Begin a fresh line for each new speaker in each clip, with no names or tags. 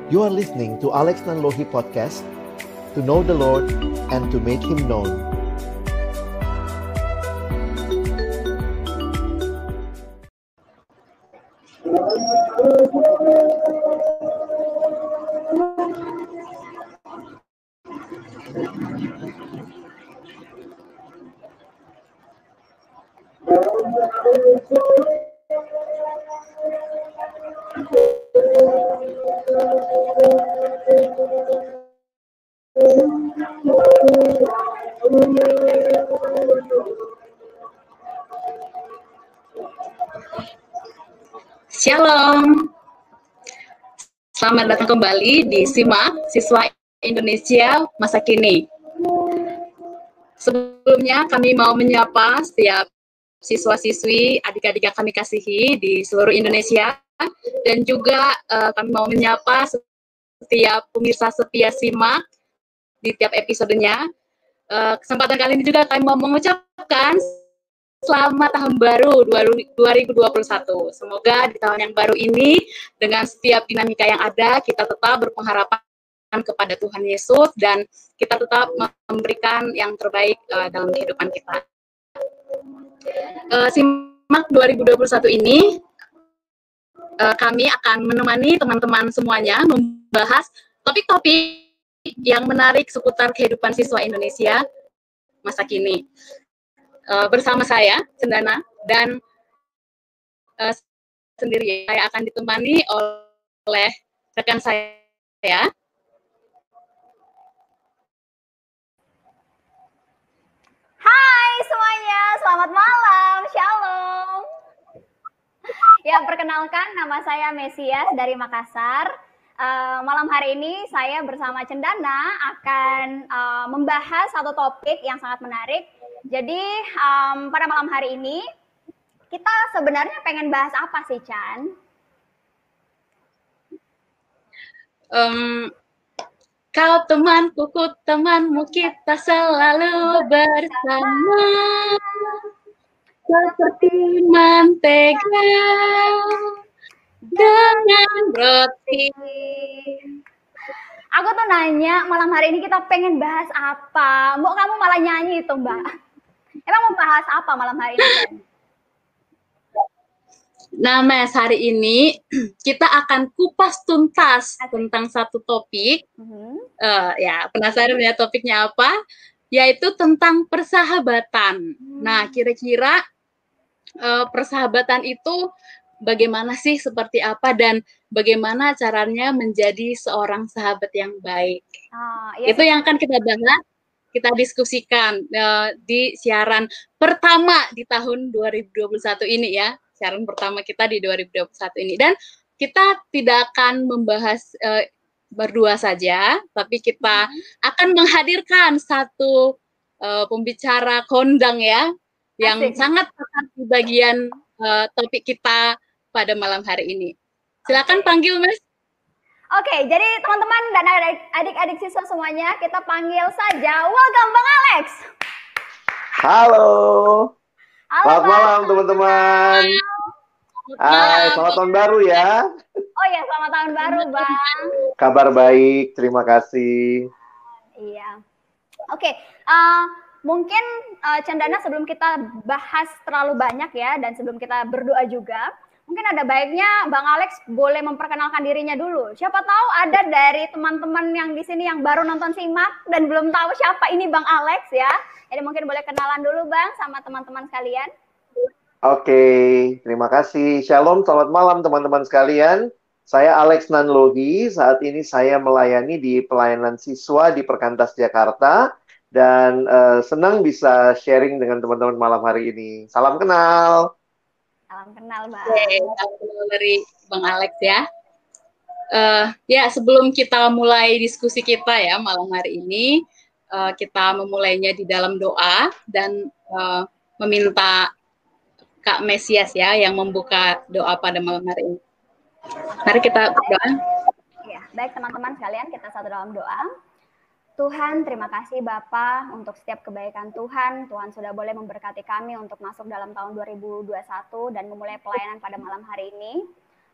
You are listening to Alex Nanlohi Podcast, to know the Lord and to make Him known.
Shalom, selamat datang kembali di SIMAK, Siswa Indonesia Masa Kini. Sebelumnya kami mau menyapa setiap siswa-siswi, adik-adik yang kami kasihi di seluruh Indonesia, dan juga kami mau menyapa setiap pemirsa setia SIMAK di tiap episodenya. Kesempatan kali ini juga kami mau mengucapkan selamat tahun baru 2021. Semoga di tahun yang baru ini, dengan setiap dinamika yang ada, kita tetap berpengharapan kepada Tuhan Yesus dan kita tetap memberikan yang terbaik dalam kehidupan kita. SIMAK 2021 ini, kami akan menemani teman-teman semuanya membahas topik-topik yang menarik seputar kehidupan siswa Indonesia masa kini. Bersama saya, Cendana, dan sendiri saya akan ditemani oleh rekan saya.
Hai semuanya, selamat malam, shalom. Ya, perkenalkan nama saya Mesias dari Makassar. Malam hari ini saya bersama Cendana akan membahas satu topik yang sangat menarik. Jadi pada malam hari ini kita sebenarnya pengen bahas apa sih, Chan?
Kau temanku, ku temanmu, kita selalu bersama seperti mentega dengan roti.
Aku tuh nanya malam hari ini kita pengen bahas apa? Mbok kamu malah nyanyi itu, Mbak. Emang mau bahas apa malam hari ini, Jen?
Nah, Mas, hari ini kita akan kupas tuntas tentang satu topik. Ya, penasaran ya topiknya apa? Yaitu tentang persahabatan. Nah, kira-kira persahabatan itu bagaimana sih, seperti apa, dan bagaimana caranya menjadi seorang sahabat yang baik? Itu yang akan kita bahas, kita diskusikan di siaran pertama di tahun 2021 ini ya, siaran pertama kita di 2021 ini. Dan kita tidak akan membahas berdua saja, tapi kita akan menghadirkan satu pembicara kondang ya, yang sangat tepat di bagian topik kita pada malam hari ini. Silakan panggil, Mas.
Oke, jadi teman-teman dan adik-adik siswa semuanya, kita panggil saja, welcome Bang Alex.
Halo. Selamat malam teman-teman. Hai, selamat tahun baru ya.
Oh ya, selamat tahun baru, Bang.
Kabar baik, terima kasih.
Iya. Oke, mungkin Cendana sebelum kita bahas terlalu banyak ya, dan sebelum kita berdoa juga, mungkin ada baiknya Bang Alex boleh memperkenalkan dirinya dulu. Siapa tahu ada dari teman-teman yang di sini yang baru nonton SIMAK dan belum tahu siapa ini Bang Alex ya. Jadi mungkin boleh kenalan dulu Bang sama teman-teman sekalian.
Oke, terima kasih. Shalom, selamat malam teman-teman sekalian. Saya Alex Nanlohi, saat ini saya melayani di pelayanan siswa di Perkantas Jakarta. Dan senang bisa sharing dengan teman-teman malam hari ini. Salam kenal.
Salam kenal, Bang.
Salam kenal dari Bang Alex ya. Ya, sebelum kita mulai diskusi kita ya malam hari ini, kita memulainya di dalam doa dan meminta Kak Mesias ya yang membuka doa pada malam hari ini. Mari kita berdoa.
Ya, baik teman-teman sekalian, kita satu dalam doa. Tuhan, terima kasih Bapa untuk setiap kebaikan Tuhan. Tuhan sudah boleh memberkati kami untuk masuk dalam tahun 2021 dan memulai pelayanan pada malam hari ini.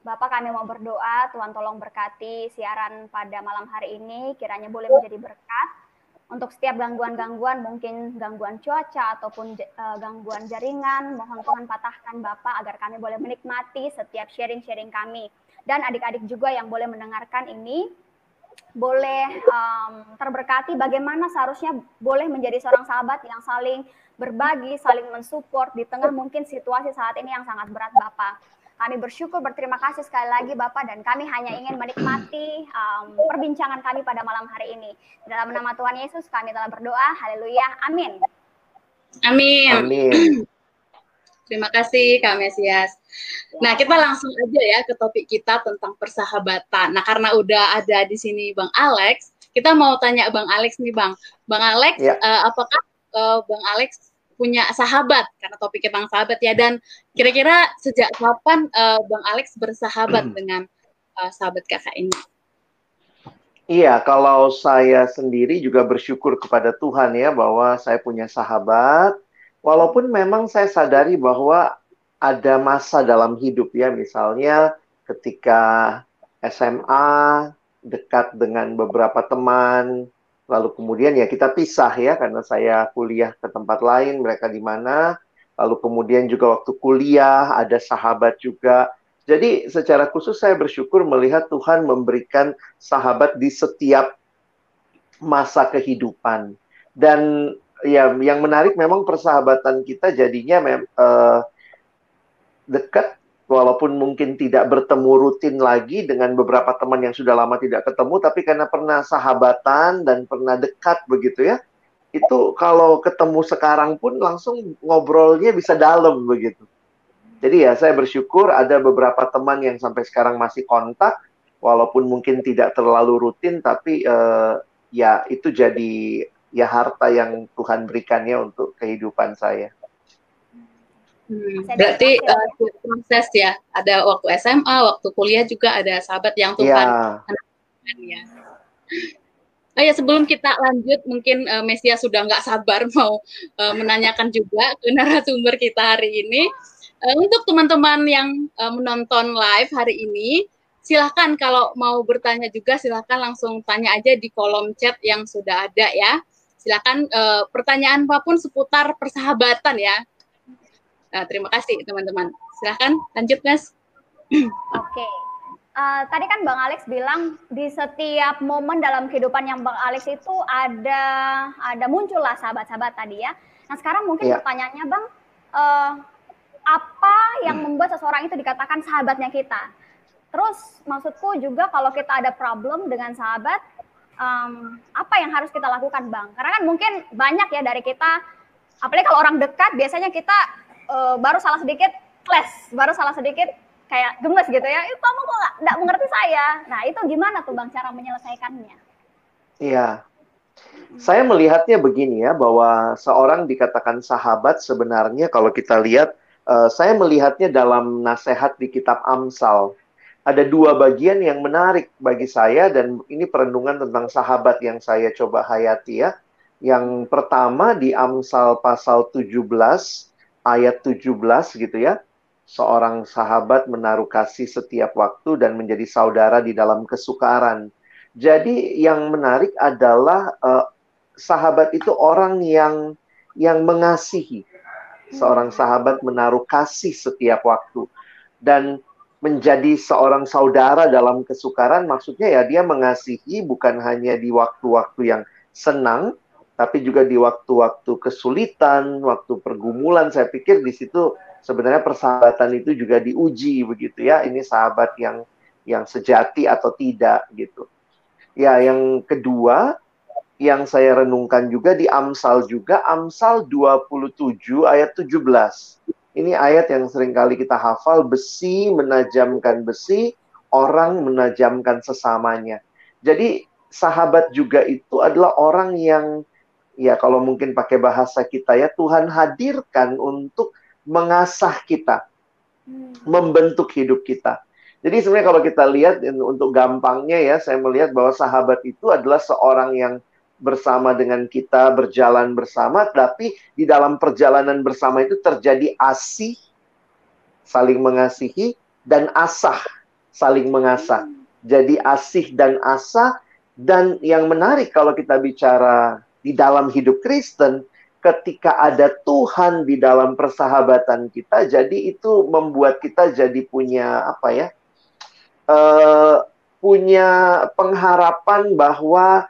Bapak, kami mau berdoa, Tuhan tolong berkati siaran pada malam hari ini, kiranya boleh menjadi berkat untuk setiap gangguan-gangguan, mungkin gangguan cuaca ataupun gangguan jaringan. Mohon Tuhan patahkan Bapak agar kami boleh menikmati setiap sharing-sharing kami. Dan adik-adik juga yang boleh mendengarkan ini, boleh terberkati bagaimana seharusnya boleh menjadi seorang sahabat yang saling berbagi, saling mensupport di tengah mungkin situasi saat ini yang sangat berat Bapak. Kami bersyukur, berterima kasih sekali lagi Bapak, dan kami hanya ingin menikmati perbincangan kami pada malam hari ini. Dalam nama Tuhan Yesus kami telah berdoa, haleluya, amin.
Amin.
Amin.
Terima kasih Kak Mesias. Nah, kita langsung aja ya ke topik kita tentang persahabatan. Nah, karena udah ada di sini Bang Alex, kita mau tanya Bang Alex nih Bang. Bang Alex, apakah Bang Alex punya sahabat? Karena topiknya tentang sahabat ya. Dan kira-kira sejak kapan Bang Alex bersahabat dengan sahabat kakak ini?
Iya, kalau saya sendiri juga bersyukur kepada Tuhan ya, bahwa saya punya sahabat. Walaupun memang saya sadari bahwa ada masa dalam hidup ya, misalnya ketika SMA dekat dengan beberapa teman, lalu kemudian ya kita pisah ya, karena saya kuliah ke tempat lain, mereka di mana. Lalu kemudian juga waktu kuliah ada sahabat juga. Jadi secara khusus saya bersyukur melihat Tuhan memberikan sahabat di setiap masa kehidupan. Dan ya, yang menarik memang persahabatan kita jadinya dekat, walaupun mungkin tidak bertemu rutin lagi dengan beberapa teman yang sudah lama tidak ketemu, tapi karena pernah sahabatan dan pernah dekat begitu ya, itu kalau ketemu sekarang pun langsung ngobrolnya bisa dalam begitu. Jadi ya saya bersyukur ada beberapa teman yang sampai sekarang masih kontak, walaupun mungkin tidak terlalu rutin, tapi ya itu jadi ya harta yang Tuhan berikannya untuk kehidupan saya.
Berarti proses ya, ada waktu SMA, waktu kuliah juga ada sahabat yang Tuhan. Ya. Oh ya, sebelum kita lanjut, mungkin Mesias sudah nggak sabar mau menanyakan juga ke narasumber kita hari ini. Untuk teman-teman yang menonton live hari ini, silahkan kalau mau bertanya juga, silahkan langsung tanya aja di kolom chat yang sudah ada ya. Silahkan pertanyaan apapun seputar persahabatan ya. Terima kasih teman-teman. Silahkan lanjut, Mas.
Oke. Tadi kan Bang Alex bilang di setiap momen dalam kehidupan yang Bang Alex itu ada muncullah sahabat-sahabat tadi ya. Nah sekarang mungkin pertanyaannya Bang, apa yang membuat seseorang itu dikatakan sahabatnya kita? Terus maksudku juga kalau kita ada problem dengan sahabat, apa yang harus kita lakukan Bang? Karena kan mungkin banyak ya dari kita, apalagi kalau orang dekat biasanya kita baru salah sedikit clash, baru salah sedikit kayak gemes gitu ya, kamu kok nggak mengerti saya. Nah itu gimana tuh Bang cara menyelesaikannya?
Iya, saya melihatnya begini ya, bahwa seorang dikatakan sahabat sebenarnya kalau kita lihat, saya melihatnya dalam nasihat di kitab Amsal. Ada dua bagian yang menarik bagi saya, dan ini perenungan tentang sahabat yang saya coba hayati ya. Yang pertama di Amsal pasal 17, ayat 17 gitu ya. Seorang sahabat menaruh kasih setiap waktu dan menjadi saudara di dalam kesukaran. Jadi yang menarik adalah sahabat itu orang yang mengasihi. Seorang sahabat menaruh kasih setiap waktu. Dan menjadi seorang saudara dalam kesukaran, maksudnya ya dia mengasihi bukan hanya di waktu-waktu yang senang, tapi juga di waktu-waktu kesulitan, waktu pergumulan. Saya pikir di situ sebenarnya persahabatan itu juga diuji begitu ya. Ini sahabat yang sejati atau tidak gitu. Ya, yang kedua yang saya renungkan juga di Amsal juga, Amsal 27 ayat 17. Ini ayat yang seringkali kita hafal, besi menajamkan besi, orang menajamkan sesamanya. Jadi sahabat juga itu adalah orang yang, ya kalau mungkin pakai bahasa kita ya, Tuhan hadirkan untuk mengasah kita, membentuk hidup kita. Jadi sebenarnya kalau kita lihat untuk gampangnya ya, saya melihat bahwa sahabat itu adalah seorang yang bersama dengan kita, berjalan bersama, tapi di dalam perjalanan bersama itu terjadi asih, saling mengasihi, dan asah. saling mengasah. Jadi asih dan asa. Dan yang menarik kalau kita bicara di dalam hidup Kristen, ketika ada Tuhan di dalam persahabatan kita, jadi itu membuat kita jadi punya apa ya? Punya pengharapan bahwa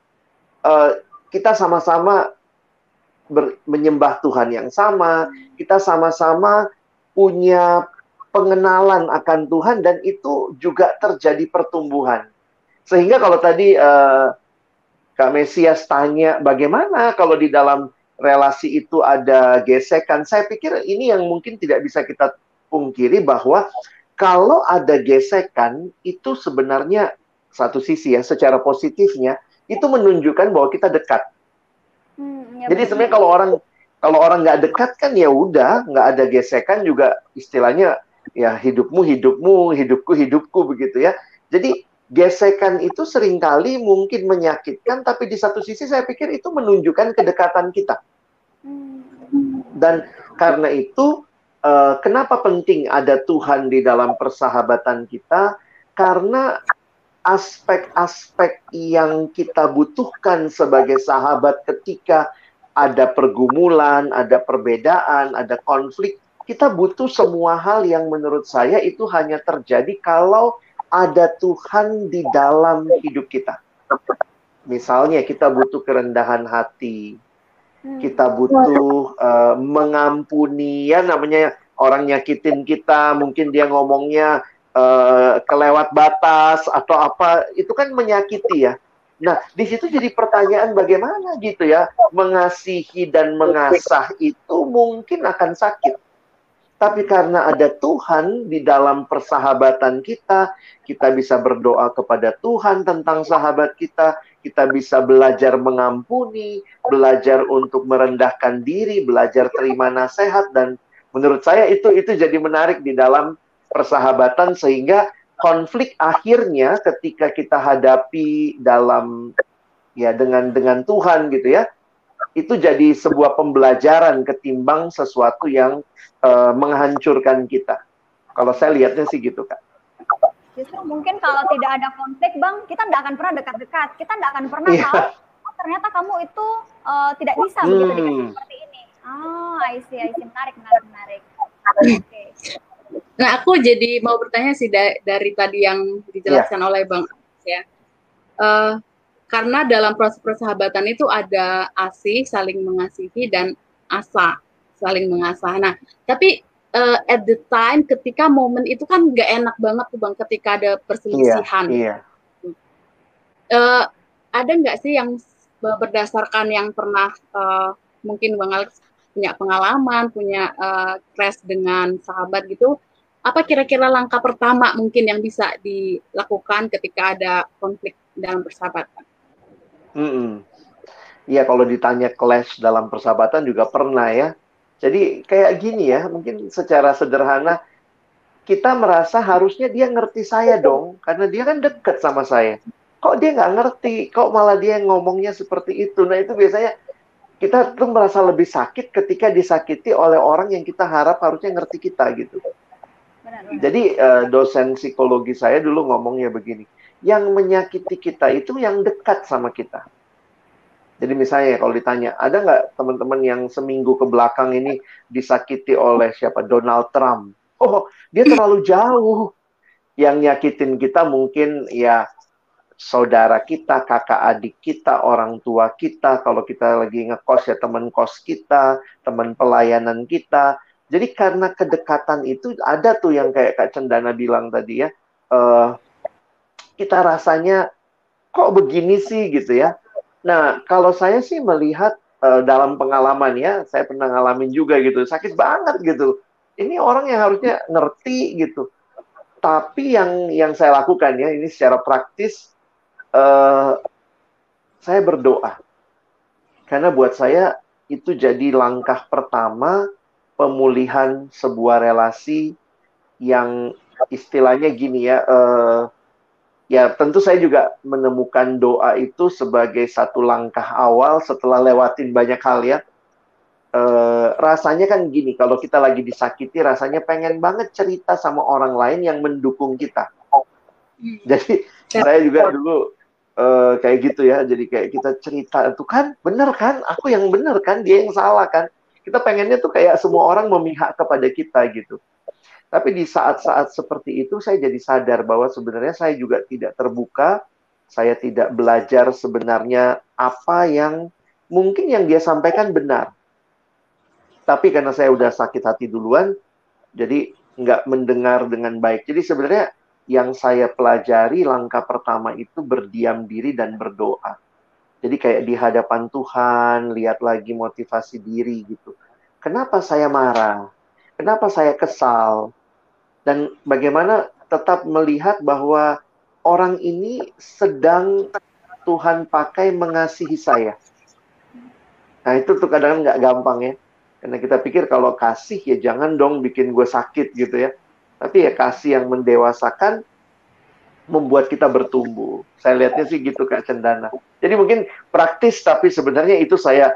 kita sama-sama menyembah Tuhan yang sama, kita sama-sama punya pengenalan akan Tuhan, dan itu juga terjadi pertumbuhan. Sehingga kalau tadi Kak Mesias tanya bagaimana kalau di dalam relasi itu ada gesekan, saya pikir ini yang mungkin tidak bisa kita pungkiri, bahwa kalau ada gesekan itu sebenarnya satu sisi ya, secara positifnya itu menunjukkan bahwa kita dekat. Jadi sebenarnya kalau orang nggak dekat kan ya udah, nggak ada gesekan juga, istilahnya ya hidupmu hidupmu, hidupku hidupku begitu ya. Jadi gesekan itu seringkali mungkin menyakitkan, tapi di satu sisi saya pikir itu menunjukkan kedekatan kita. Dan karena itu, kenapa penting ada Tuhan di dalam persahabatan kita? Karena aspek-aspek yang kita butuhkan sebagai sahabat ketika ada pergumulan, ada perbedaan, ada konflik, kita butuh semua hal yang menurut saya itu hanya terjadi kalau ada Tuhan di dalam hidup kita. Misalnya kita butuh kerendahan hati, kita butuh mengampuni, ya namanya orang nyakitin kita, mungkin dia ngomongnya kelewat batas atau apa, itu kan menyakiti ya. Nah, di situ jadi pertanyaan bagaimana gitu ya, mengasihi dan mengasah itu mungkin akan sakit. Tapi karena ada Tuhan di dalam persahabatan kita, kita bisa berdoa kepada Tuhan tentang sahabat kita bisa belajar mengampuni, belajar untuk merendahkan diri, belajar terima nasihat, dan menurut saya itu jadi menarik di dalam persahabatan, sehingga konflik akhirnya ketika kita hadapi dalam ya dengan Tuhan gitu ya, itu jadi sebuah pembelajaran ketimbang sesuatu yang menghancurkan kita. Kalau saya lihatnya sih gitu, Kak.
Justru mungkin kalau tidak ada konflik, Bang, kita tidak akan pernah dekat-dekat. Kita tidak akan pernah tahu, oh, ternyata kamu itu tidak bisa begitu dikasih seperti ini. Oh, I see. Menarik. Okay.
Nah, aku jadi mau bertanya sih dari tadi yang dijelaskan oleh Bang ya. Karena dalam proses persahabatan itu ada asih, saling mengasihi, dan asa, saling mengasah. Nah, tapi at the time, ketika momen itu kan nggak enak banget tuh Bang, ketika ada perselisihan. Iya. Ada nggak sih yang berdasarkan yang pernah mungkin Bang Alex punya pengalaman, punya crash dengan sahabat gitu, apa kira-kira langkah pertama mungkin yang bisa dilakukan ketika ada konflik dalam persahabatan?
Iya, kalau ditanya clash dalam persahabatan juga pernah ya. Jadi kayak gini ya, mungkin secara sederhana, kita merasa harusnya dia ngerti saya dong, karena dia kan deket sama saya. Kok dia nggak ngerti? Kok malah dia ngomongnya seperti itu? Nah, itu biasanya kita tuh merasa lebih sakit ketika disakiti oleh orang yang kita harap harusnya ngerti kita gitu. Jadi dosen psikologi saya dulu ngomongnya begini, yang menyakiti kita itu yang dekat sama kita. Jadi misalnya kalau ditanya, ada nggak teman-teman yang seminggu ke belakang ini disakiti oleh siapa? Donald Trump. Oh, dia terlalu jauh. Yang nyakitin kita mungkin ya saudara kita, kakak adik kita, orang tua kita. Kalau kita lagi ngekos ya teman kos kita, teman pelayanan kita. Jadi karena kedekatan itu ada tuh yang kayak Kak Cendana bilang tadi ya. Kita rasanya kok begini sih gitu ya. Nah, kalau saya sih melihat dalam pengalaman ya, saya pernah ngalamin juga gitu, sakit banget gitu. Ini orang yang harusnya ngerti gitu. Tapi yang saya lakukan ya, ini secara praktis, saya berdoa. Karena buat saya itu jadi langkah pertama pemulihan sebuah relasi yang istilahnya gini ya, ya tentu saya juga menemukan doa itu sebagai satu langkah awal setelah lewatin banyak hal ya. Rasanya kan gini, kalau kita lagi disakiti rasanya pengen banget cerita sama orang lain yang mendukung kita. Jadi saya juga dulu kayak gitu ya. Jadi kayak kita cerita itu kan bener kan, aku yang bener kan, dia yang salah kan. Kita pengennya tuh kayak semua orang memihak kepada kita gitu. Tapi di saat-saat seperti itu saya jadi sadar bahwa sebenarnya saya juga tidak terbuka, saya tidak belajar sebenarnya apa yang mungkin yang dia sampaikan benar. Tapi karena saya udah sakit hati duluan, jadi nggak mendengar dengan baik. Jadi sebenarnya yang saya pelajari langkah pertama itu berdiam diri dan berdoa. Jadi kayak di hadapan Tuhan, lihat lagi motivasi diri gitu. Kenapa saya marah? Kenapa saya kesal? Dan bagaimana tetap melihat bahwa orang ini sedang Tuhan pakai mengasihi saya. Nah itu tuh kadang nggak gampang ya. Karena kita pikir kalau kasih ya jangan dong bikin gue sakit gitu ya. Tapi ya kasih yang mendewasakan membuat kita bertumbuh. Saya lihatnya sih gitu Kak Cendana. Jadi mungkin praktis tapi sebenarnya itu saya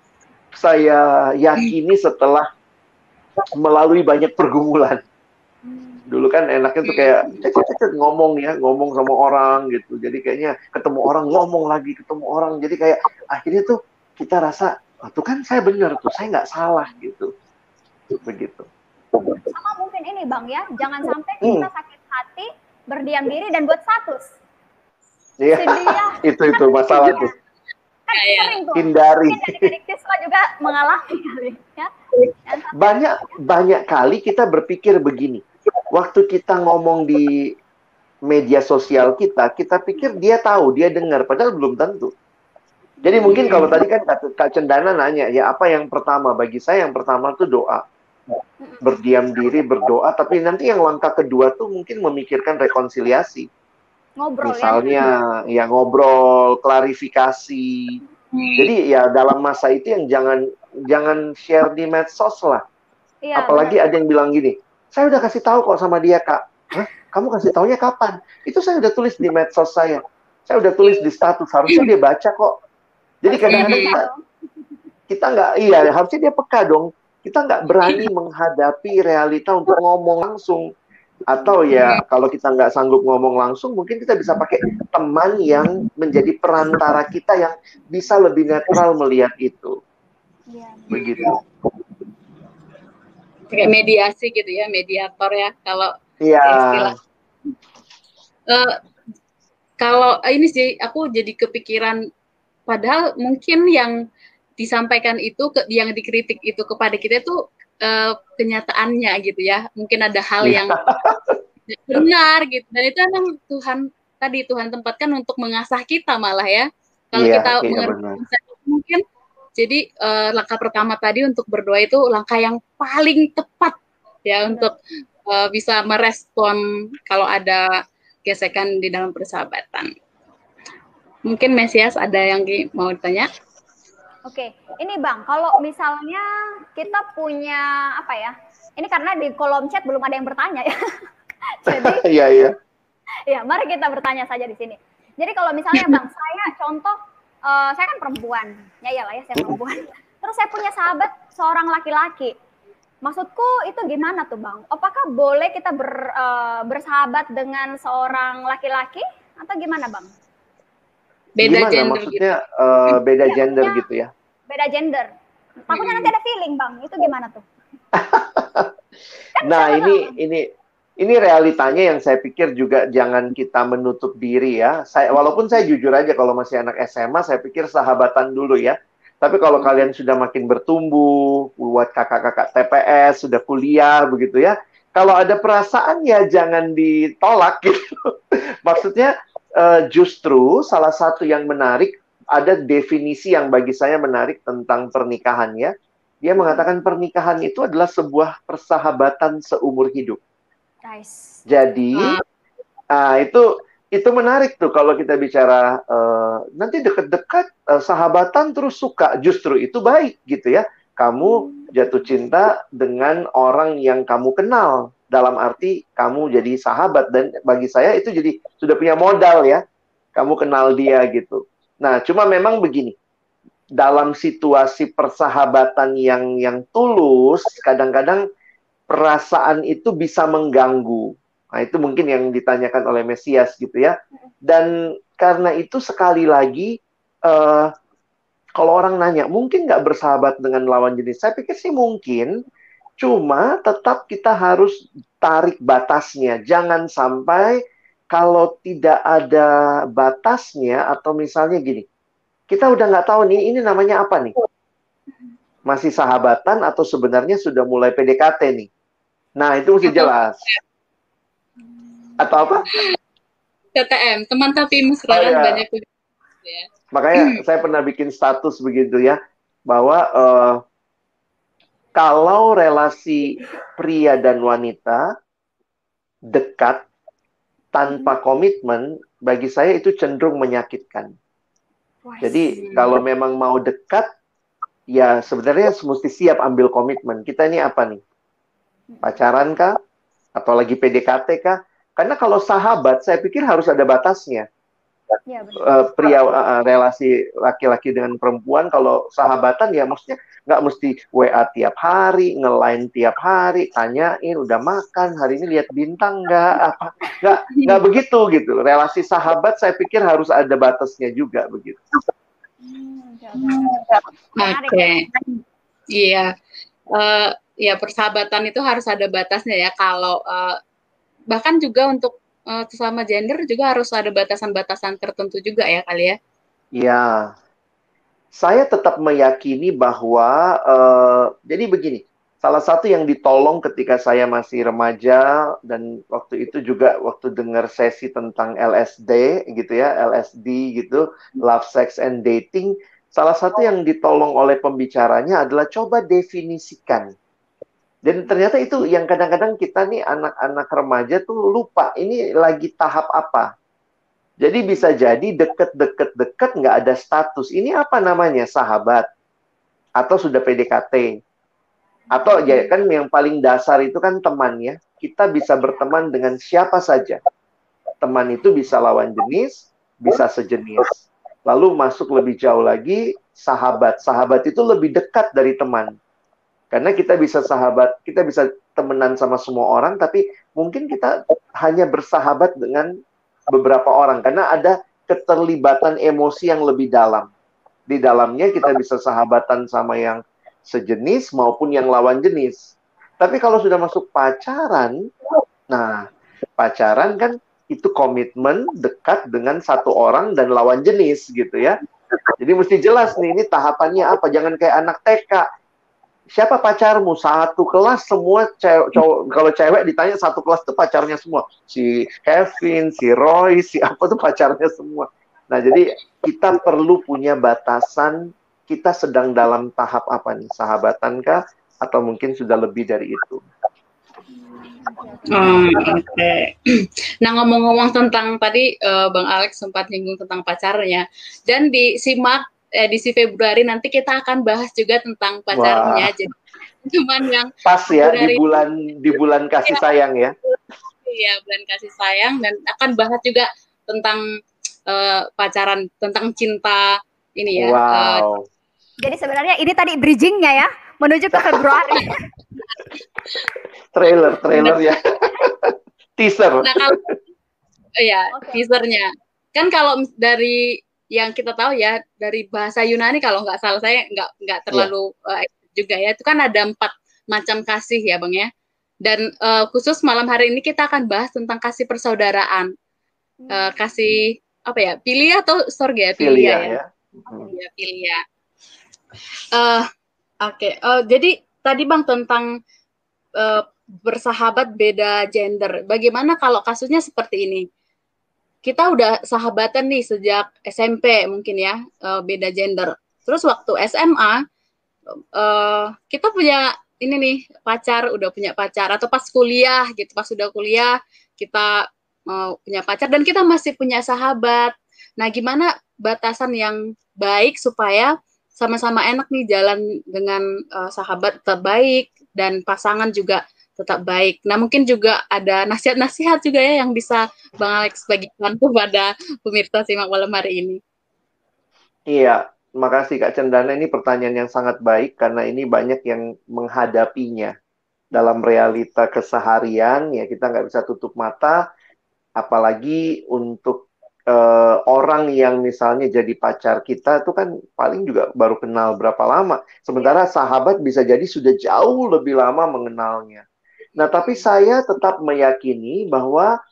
yakini setelah melalui banyak pergumulan. Dulu kan enaknya tuh kayak ngomong sama orang gitu. Jadi kayaknya ketemu orang ngomong lagi, ketemu orang. Jadi kayak akhirnya tuh kita rasa, tuh kan saya benar tuh, saya nggak salah gitu. Begitu.
Sama mungkin ini Bang ya, jangan sampai kita sakit hati, berdiam diri dan buat status.
Iya, itu masalah tuh.
Kan sering tuh.
Hindari.
Mungkin adik-adik siswa juga mengalami kali ya.
Banyak kali kita berpikir begini. Waktu kita ngomong di media sosial kita pikir dia tahu, dia dengar, padahal belum tentu. Jadi mungkin kalau tadi kan Kak Cendana nanya, ya apa yang pertama? Bagi saya yang pertama tuh doa. Berdiam diri, berdoa, tapi nanti yang langkah kedua tuh mungkin memikirkan rekonsiliasi.
Ngobrol.
Misalnya ya ngobrol, klarifikasi. Jadi ya dalam masa itu yang jangan share di medsos lah.
Iya,
apalagi ada yang bilang gini, saya udah kasih tahu kok sama dia Kak. Hah? Kamu kasih taunya kapan? Itu saya udah tulis di medsos saya. Saya udah tulis di status, harusnya dia baca kok. Jadi kadang-kadang kita nggak, harusnya dia peka dong. Kita nggak berani menghadapi realita untuk ngomong langsung. Atau ya kalau kita nggak sanggup ngomong langsung, mungkin kita bisa pakai teman yang menjadi perantara kita yang bisa lebih netral melihat itu. Begitu.
Kayak mediasi gitu ya, mediator ya kalau istilah. Kalau ini sih aku jadi kepikiran, padahal mungkin yang disampaikan itu, yang dikritik itu kepada kita itu kenyataannya gitu ya. Mungkin ada hal yang benar gitu. Dan itu emang Tuhan tempatkan untuk mengasah kita malah ya. Kalau kita mengerti mungkin. Jadi langkah pertama tadi untuk berdoa itu langkah yang paling tepat ya untuk bisa merespon kalau ada gesekan di dalam persahabatan. Mungkin Mesias ada yang mau ditanya?
Oke, ini Bang, kalau misalnya kita punya apa ya? Ini karena di kolom chat belum ada yang bertanya ya. Jadi ya, mari kita bertanya saja di sini. Jadi kalau misalnya Bang, saya contoh saya kan perempuan, ya iyalah ya saya perempuan. Terus saya punya sahabat seorang laki-laki. Maksudku itu gimana tuh Bang? Apakah boleh kita bersahabat dengan seorang laki-laki atau gimana Bang?
Beda
gimana,
gender
maksudnya gitu. Beda gender gitu ya?
Beda gender. Takutnya nanti ada feeling Bang, itu gimana tuh?
Nah ini realitanya yang saya pikir juga jangan kita menutup diri ya. Walaupun saya jujur aja kalau masih anak SMA, saya pikir sahabatan dulu ya. Tapi kalau kalian sudah makin bertumbuh, buat kakak-kakak TPS, sudah kuliah begitu ya. Kalau ada perasaan ya jangan ditolak gitu. Maksudnya justru salah satu yang menarik, ada definisi yang bagi saya menarik tentang pernikahan ya. Dia mengatakan pernikahan itu adalah sebuah persahabatan seumur hidup.
Nice.
Jadi itu menarik tuh kalau kita bicara nanti deket-deket sahabatan terus suka, justru itu baik gitu ya. Kamu jatuh cinta dengan orang yang kamu kenal, dalam arti kamu jadi sahabat, dan bagi saya itu jadi sudah punya modal ya, kamu kenal dia gitu. Nah cuma memang begini, dalam situasi persahabatan yang tulus, kadang-kadang perasaan itu bisa mengganggu. Nah, itu mungkin yang ditanyakan oleh Mesias gitu ya. Dan karena itu sekali lagi, kalau orang nanya, mungkin nggak bersahabat dengan lawan jenis? Saya pikir sih mungkin, cuma tetap kita harus tarik batasnya. Jangan sampai kalau tidak ada batasnya, atau misalnya gini, kita udah nggak tahu nih, ini namanya apa nih? Masih sahabatan atau sebenarnya sudah mulai PDKT nih? Nah, itu mesti jelas. Atau apa?
TTM, teman tapi mesra kan banyak ya.
Makanya saya pernah bikin status begitu ya, bahwa kalau relasi pria dan wanita dekat tanpa komitmen, bagi saya itu cenderung menyakitkan. Jadi kalau memang mau dekat, ya sebenarnya mesti siap ambil komitmen. Kita ini apa nih? Pacaran kah? Atau lagi PDKT kah? Karena kalau sahabat, saya pikir harus ada batasnya. Ya, pria relasi laki-laki dengan perempuan, kalau sahabatan ya maksudnya nggak mesti WA tiap hari, nge-line tiap hari, tanyain udah makan hari ini, lihat bintang nggak begitu gitu. Relasi sahabat saya pikir harus ada batasnya juga begitu.
Oke. Iya. Ya persahabatan itu harus ada batasnya ya. Kalau bahkan juga untuk sesama gender juga harus ada batasan-batasan tertentu juga ya kali ya.
Ya, saya tetap meyakini bahwa jadi begini, salah satu yang ditolong ketika saya masih remaja dan waktu itu juga waktu dengar sesi tentang LSD gitu ya, LSD gitu, Love, Sex and Dating, salah satu yang ditolong oleh pembicaranya adalah coba definisikan. Dan ternyata itu yang kadang-kadang kita nih anak-anak remaja tuh lupa, ini lagi tahap apa. Jadi bisa jadi deket-deket nggak ada status. Ini apa namanya? Sahabat. Atau sudah PDKT. Atau ya kan yang paling dasar itu kan teman ya. Kita bisa berteman dengan siapa saja. Teman itu bisa lawan jenis, bisa sejenis. Lalu masuk lebih jauh lagi, sahabat. Sahabat itu lebih dekat dari teman. Karena kita bisa sahabat, kita bisa temenan sama semua orang, tapi mungkin kita hanya bersahabat dengan beberapa orang. Karena ada keterlibatan emosi yang lebih dalam. Di dalamnya kita bisa sahabatan sama yang sejenis maupun yang lawan jenis. Tapi kalau sudah masuk pacaran, nah pacaran kan itu komitmen dekat dengan satu orang dan lawan jenis gitu ya. Jadi mesti jelas nih, ini tahapannya apa. Jangan kayak anak TK. Siapa pacarmu? Satu kelas semua cowok, kalau cewek ditanya satu kelas tuh pacarnya semua. Si Kevin, si Roy, si apa tuh pacarnya semua. Nah, jadi kita perlu punya batasan, kita sedang dalam tahap apa nih? Sahabatan kah? Atau mungkin sudah lebih dari itu?
Oke. Nah, ngomong-ngomong tentang tadi Bang Alex sempat nyinggung tentang pacarnya. Dan disimak edisi Februari nanti kita akan bahas juga tentang pacarnya. Wah. Jadi cuman yang
pas ya di bulan kasih sayang ya.
Iya, bulan kasih sayang, dan akan bahas juga tentang pacaran, tentang cinta ini ya.
Wow.
Jadi sebenarnya ini tadi bridgingnya ya menuju ke Februari.
trailer ya. Teaser.
Nah, kalau teasernya. Kan kalau dari yang kita tahu ya dari bahasa Yunani, kalau nggak salah saya nggak terlalu juga ya, itu kan ada 4 macam kasih ya Bang ya. Dan khusus malam hari ini kita akan bahas tentang kasih persaudaraan. Kasih apa ya? Philia atau storge ya? Philia ya. Ya, philia. Oke. Jadi tadi Bang tentang bersahabat beda gender. Bagaimana kalau kasusnya seperti ini? Kita udah sahabatan nih sejak SMP mungkin ya, beda gender. Terus waktu SMA, kita punya ini nih, udah punya pacar. Atau pas kuliah gitu, pas sudah kuliah, kita punya pacar dan kita masih punya sahabat. Nah, gimana batasan yang baik supaya sama-sama enak nih jalan dengan sahabat tetap baik dan pasangan juga tetap baik. Nah, mungkin juga ada nasihat-nasihat juga ya yang bisa Bang Alex bagikan kepada pemirsa Simak Malam hari ini.
Iya, makasih Kak Cendana. Ini pertanyaan yang sangat baik karena ini banyak yang menghadapinya. dalam realita keseharian, ya kita nggak bisa tutup mata, apalagi untuk orang yang misalnya jadi pacar kita itu kan paling juga baru kenal berapa lama. Sementara sahabat bisa jadi sudah jauh lebih lama mengenalnya. Nah, tapi saya tetap meyakini bahwa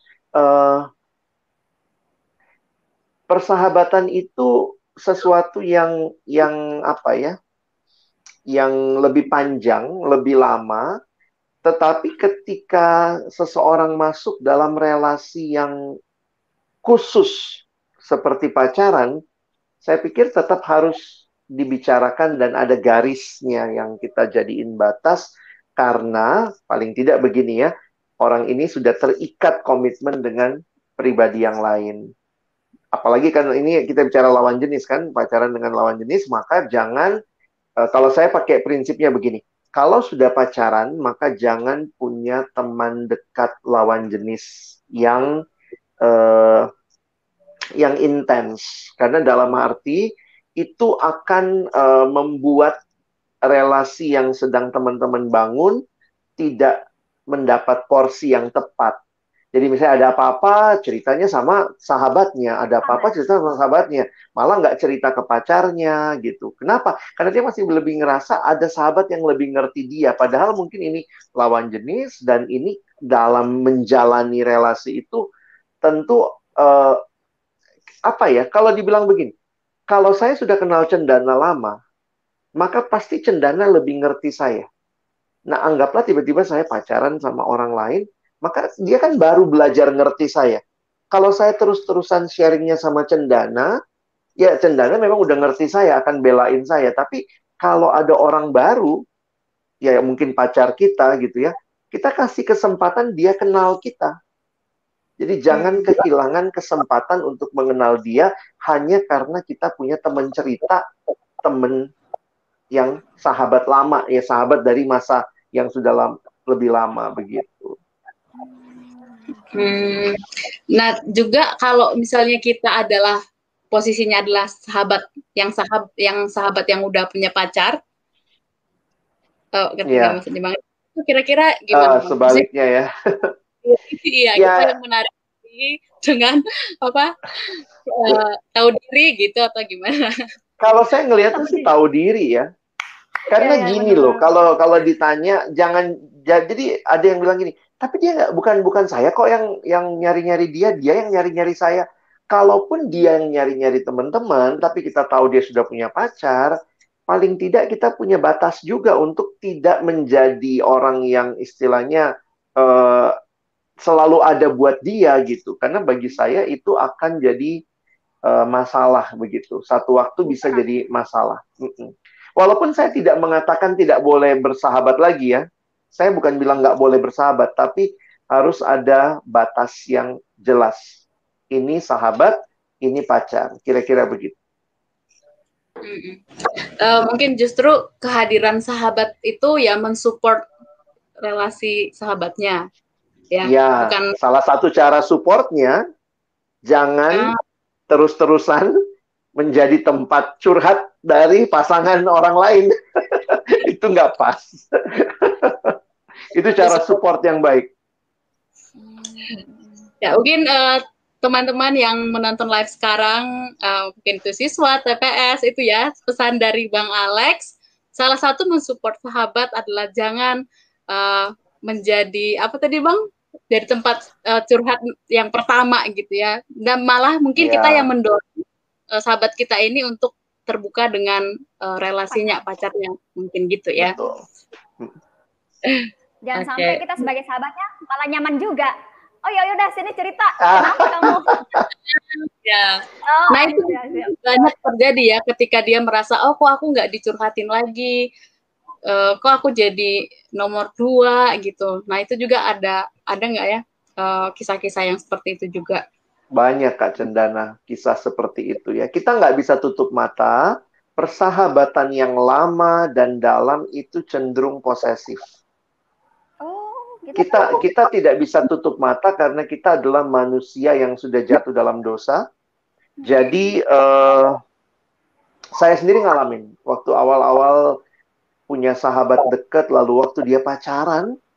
persahabatan itu sesuatu yang apa ya? Yang lebih panjang, lebih lama. Tetapi ketika seseorang masuk dalam relasi yang khusus seperti pacaran, saya pikir tetap harus dibicarakan dan ada garisnya yang kita jadiin batas, karena paling tidak begini ya, orang ini sudah terikat komitmen dengan pribadi yang lain. Apalagi kan ini kita bicara lawan jenis kan, pacaran dengan lawan jenis, maka jangan, kalau saya pakai prinsipnya begini, kalau sudah pacaran, maka jangan punya teman dekat lawan jenis yang intens, karena dalam arti itu akan membuat relasi yang sedang teman-teman bangun tidak mendapat porsi yang tepat. Jadi misalnya ada apa-apa ceritanya sama sahabatnya, ada apa-apa cerita sama sahabatnya, malah nggak cerita ke pacarnya gitu. Kenapa? Karena dia masih lebih ngerasa ada sahabat yang lebih ngerti dia, padahal mungkin ini lawan jenis, dan ini dalam menjalani relasi itu tentu apa ya, kalau dibilang begini, kalau saya sudah kenal Cendana lama, maka pasti Cendana lebih ngerti saya. Nah, anggaplah tiba-tiba saya pacaran sama orang lain, maka dia kan baru belajar ngerti saya. Kalau saya terus-terusan sharingnya sama Cendana, ya Cendana memang udah ngerti saya, akan belain saya. Tapi kalau ada orang baru, ya mungkin pacar kita gitu ya, kita kasih kesempatan dia kenal kita. Jadi jangan kehilangan kesempatan untuk mengenal dia hanya karena kita punya teman cerita, teman yang sahabat lama, ya sahabat dari masa yang sudah lebih lama begitu.
Nah, juga kalau misalnya kita adalah posisinya adalah sahabat yang udah punya pacar, ketika misalnya Bang, kira-kira gimana?
Sebaliknya ya.
Iya, ya. Kita yang menarik dengan apa tahu diri gitu atau gimana? Kalau
saya ngelihatnya sih tahu diri ya. Karena gini loh, kalau ditanya jangan, jadi ada yang bilang gini, tapi dia bukan saya kok yang nyari-nyari dia yang nyari-nyari saya. Kalaupun dia yang nyari-nyari teman-teman, tapi kita tahu dia sudah punya pacar, paling tidak kita punya batas juga untuk tidak menjadi orang yang istilahnya selalu ada buat dia gitu. Karena bagi saya itu akan jadi masalah begitu. Satu waktu bisa jadi masalah. Walaupun saya tidak mengatakan tidak boleh bersahabat lagi ya. Saya bukan bilang nggak boleh bersahabat, tapi harus ada batas yang jelas. Ini sahabat, ini pacar. Kira-kira begitu.
Mungkin justru kehadiran sahabat itu ya mensupport relasi sahabatnya.
Ya, bukan salah satu cara supportnya, jangan terus-terusan menjadi tempat curhat dari pasangan orang lain. Itu nggak pas. Itu cara support yang baik.
Ya, mungkin teman-teman yang menonton live sekarang, mungkin itu siswa, TPS, itu ya, pesan dari Bang Alex, salah satu mensupport sahabat adalah jangan menjadi, apa tadi Bang? Dari tempat curhat yang pertama gitu ya, dan malah mungkin kita yang mendorong sahabat kita ini untuk terbuka dengan relasinya pacarnya, mungkin gitu ya.
Jangan sampai kita sebagai sahabatnya malah nyaman juga. Oh ya udah sini cerita, kenapa kamu?
Ya. Nah itu banyak terjadi ya ketika dia merasa kok aku nggak dicurhatin lagi. Kok aku jadi nomor 2 gitu. Nah itu juga ada nggak ya kisah-kisah yang seperti itu juga?
Banyak Kak Cendana kisah seperti itu ya. Kita nggak bisa tutup mata, persahabatan yang lama dan dalam itu cenderung posesif. Kita tidak bisa tutup mata karena kita adalah manusia yang sudah jatuh dalam dosa. Jadi saya sendiri ngalamin waktu awal-awal punya sahabat dekat, lalu waktu dia pacaran,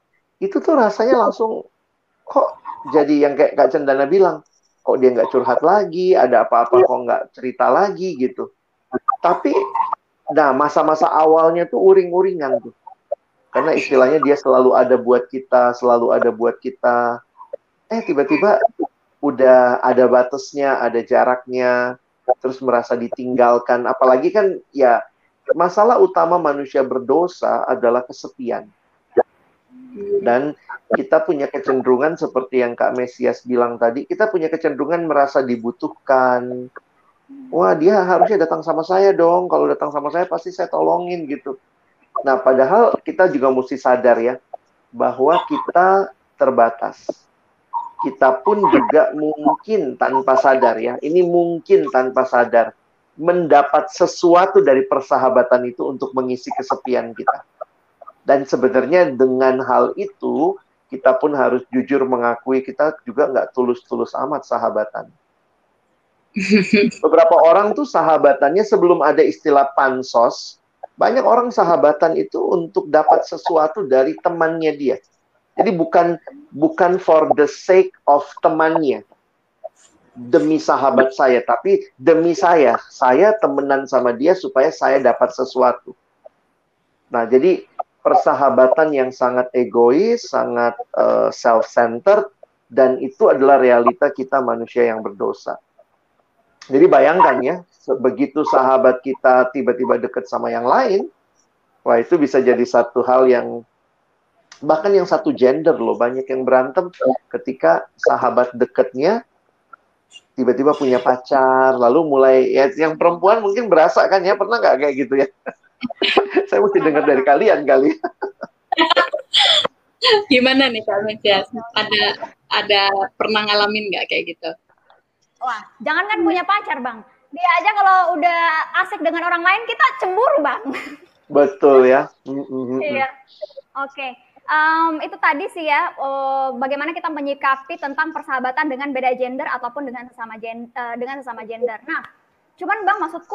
itu tuh rasanya langsung, kok jadi yang kayak Kak Cendana bilang, kok dia nggak curhat lagi, ada apa-apa kok nggak cerita lagi gitu. Tapi, nah masa-masa awalnya tuh uring-uringan tuh. Karena istilahnya dia selalu ada buat kita, selalu ada buat kita. Tiba-tiba udah ada batasnya, ada jaraknya, terus merasa ditinggalkan. Apalagi kan ya, masalah utama manusia berdosa adalah kesepian. Dan kita punya kecenderungan seperti yang Kak Mesias bilang tadi, kita punya kecenderungan merasa dibutuhkan. Wah, dia harusnya datang sama saya dong. Kalau datang sama saya pasti saya tolongin gitu. Nah, padahal kita juga mesti sadar ya, bahwa kita terbatas. Kita pun juga mungkin tanpa sadar ya, ini mungkin tanpa sadar, mendapat sesuatu dari persahabatan itu untuk mengisi kesepian kita. Dan sebenarnya dengan hal itu, kita pun harus jujur mengakui kita juga nggak tulus-tulus amat sahabatan. Beberapa orang tuh sahabatannya sebelum ada istilah pansos, banyak orang sahabatan itu untuk dapat sesuatu dari temannya dia. Jadi bukan for the sake of temannya. Demi sahabat saya, tapi demi saya temenan sama dia supaya saya dapat sesuatu. Nah, jadi persahabatan yang sangat egois, sangat self-centered, dan itu adalah realita kita manusia yang berdosa. Jadi bayangkan ya, begitu sahabat kita tiba-tiba dekat sama yang lain, wah itu bisa jadi satu hal yang, bahkan yang satu gender loh, banyak yang berantem ketika sahabat dekatnya tiba-tiba punya pacar, lalu mulai, ya yang perempuan mungkin berasa kan ya, pernah nggak kayak gitu ya? Saya mesti dengar dari kalian kali.
Gimana nih Kak Mesias? Ada pernah ngalamin nggak kayak gitu?
Wah, jangan kan punya pacar, Bang. Dia aja kalau udah asik dengan orang lain, kita cemburu, Bang.
Betul ya.
Iya. Oke. Itu tadi sih ya, bagaimana kita menyikapi tentang persahabatan dengan beda gender ataupun dengan sesama gender. Nah, cuman Bang, maksudku,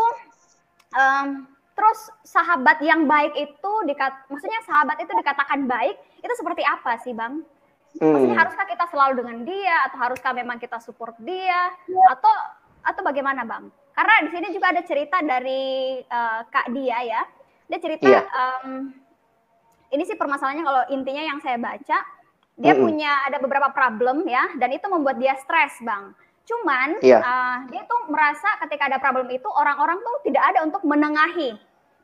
terus sahabat yang baik itu, maksudnya sahabat itu dikatakan baik, itu seperti apa sih Bang? Maksudnya haruskah kita selalu dengan dia, atau haruskah memang kita support dia, atau bagaimana Bang? Karena di sini juga ada cerita dari Kak Dia ya, dia cerita, ini sih permasalahannya kalau intinya yang saya baca, dia punya ada beberapa problem ya, dan itu membuat dia stres Bang. Cuman dia tuh merasa ketika ada problem itu orang-orang tuh tidak ada untuk menengahi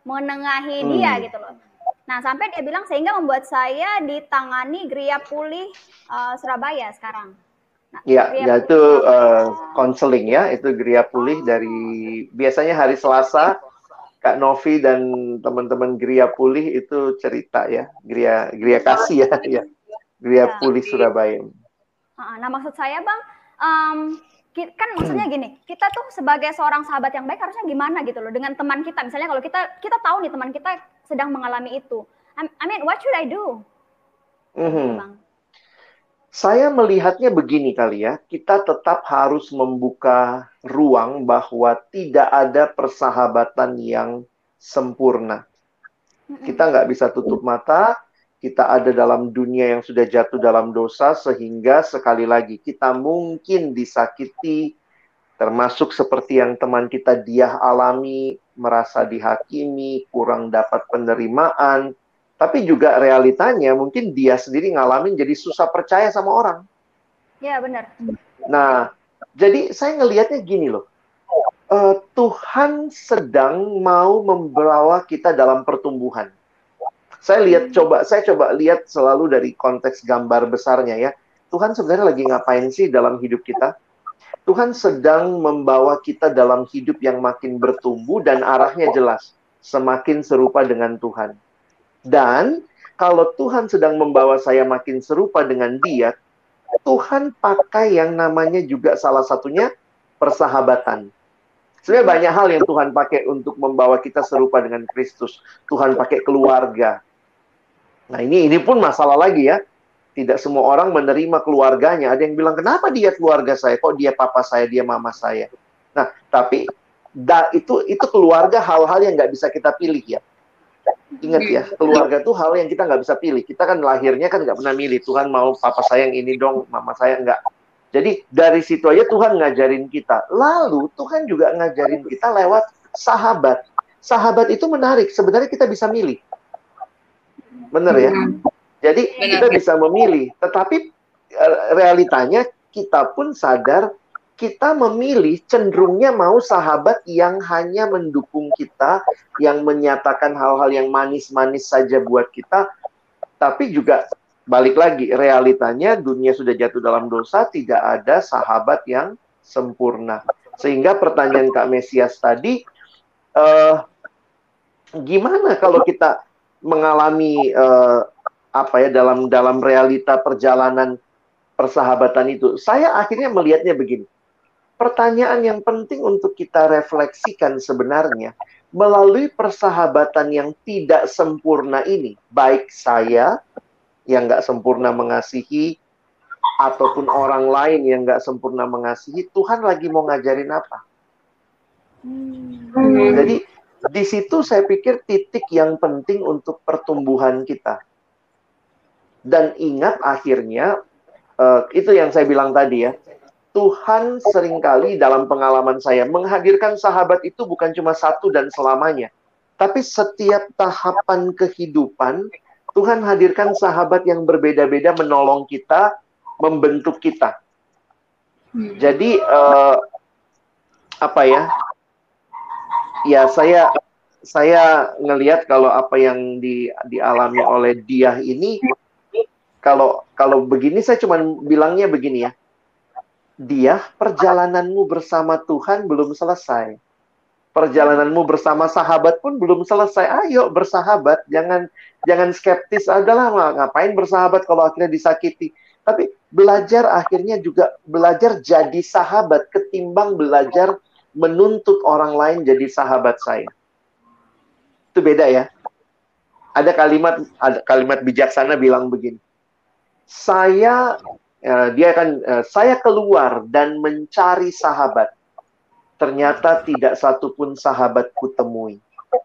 dia gitu loh. Nah sampai dia bilang sehingga membuat saya ditangani Geria Pulih Surabaya sekarang. Nah,
ya itu konseling ya, itu Geria Pulih dari biasanya hari Selasa. Kak Novi dan teman-teman Geria Pulih itu cerita ya, Geria Kasih ya, Geria Pulih Surabaya.
Nah maksud saya Bang, kan maksudnya gini, kita tuh sebagai seorang sahabat yang baik harusnya gimana gitu loh dengan teman kita. Misalnya kalau kita tahu nih teman kita sedang mengalami itu, I mean what should I do? Bang.
Saya melihatnya begini kali ya, kita tetap harus membuka ruang bahwa tidak ada persahabatan yang sempurna. Kita nggak bisa tutup mata, kita ada dalam dunia yang sudah jatuh dalam dosa, sehingga sekali lagi kita mungkin disakiti, termasuk seperti yang teman kita Diah alami, merasa dihakimi, kurang dapat penerimaan. Tapi juga realitanya mungkin dia sendiri ngalamin jadi susah percaya sama orang.
Ya benar.
Nah, jadi saya ngelihatnya gini loh. Tuhan sedang mau membawa kita dalam pertumbuhan. Saya coba lihat selalu dari konteks gambar besarnya ya. Tuhan sebenarnya lagi ngapain sih dalam hidup kita? Tuhan sedang membawa kita dalam hidup yang makin bertumbuh dan arahnya jelas. Semakin serupa dengan Tuhan. Dan kalau Tuhan sedang membawa saya makin serupa dengan Dia, Tuhan pakai yang namanya juga salah satunya persahabatan. Sebenarnya banyak hal yang Tuhan pakai untuk membawa kita serupa dengan Kristus. Tuhan pakai keluarga. Nah ini pun masalah lagi ya. Tidak semua orang menerima keluarganya. Ada yang bilang, kenapa dia keluarga saya? Kok dia papa saya, dia mama saya? Nah, tapi itu keluarga hal-hal yang nggak bisa kita pilih ya. Ingat ya, keluarga tuh hal yang kita nggak bisa pilih. Kita kan lahirnya kan nggak pernah milih. Tuhan mau papa saya yang ini dong, mama saya nggak. Jadi dari situ aja Tuhan ngajarin kita. Lalu Tuhan juga ngajarin kita lewat sahabat. Sahabat itu menarik. Sebenarnya kita bisa milih. Bener ya? Jadi kita bisa memilih. Tetapi realitanya kita pun sadar kita memilih cenderungnya mau sahabat yang hanya mendukung kita, yang menyatakan hal-hal yang manis-manis saja buat kita, tapi juga balik lagi, realitanya dunia sudah jatuh dalam dosa, tidak ada sahabat yang sempurna. Sehingga pertanyaan Kak Mesias tadi, gimana kalau kita mengalami dalam realita perjalanan persahabatan itu? Saya akhirnya melihatnya begini. Pertanyaan yang penting untuk kita refleksikan sebenarnya, melalui persahabatan yang tidak sempurna ini, baik saya yang nggak sempurna mengasihi, ataupun orang lain yang nggak sempurna mengasihi, Tuhan lagi mau ngajarin apa? Jadi, di situ saya pikir titik yang penting untuk pertumbuhan kita. Dan ingat akhirnya, itu yang saya bilang tadi ya, Tuhan seringkali dalam pengalaman saya menghadirkan sahabat itu bukan cuma satu dan selamanya. Tapi setiap tahapan kehidupan, Tuhan hadirkan sahabat yang berbeda-beda menolong kita, membentuk kita. Jadi, ya saya ngelihat kalau apa yang dialami oleh Diah ini, kalau begini saya cuma bilangnya begini ya. Dia, perjalananmu bersama Tuhan belum selesai. Perjalananmu bersama sahabat pun belum selesai. Ayo bersahabat, jangan skeptis. Adalah ngapain bersahabat kalau akhirnya disakiti. Tapi belajar akhirnya juga belajar jadi sahabat ketimbang belajar menuntut orang lain jadi sahabat saya. Itu beda ya. Ada kalimat bijaksana bilang begini. Saya keluar dan mencari sahabat. Ternyata tidak satupun sahabat kutemui.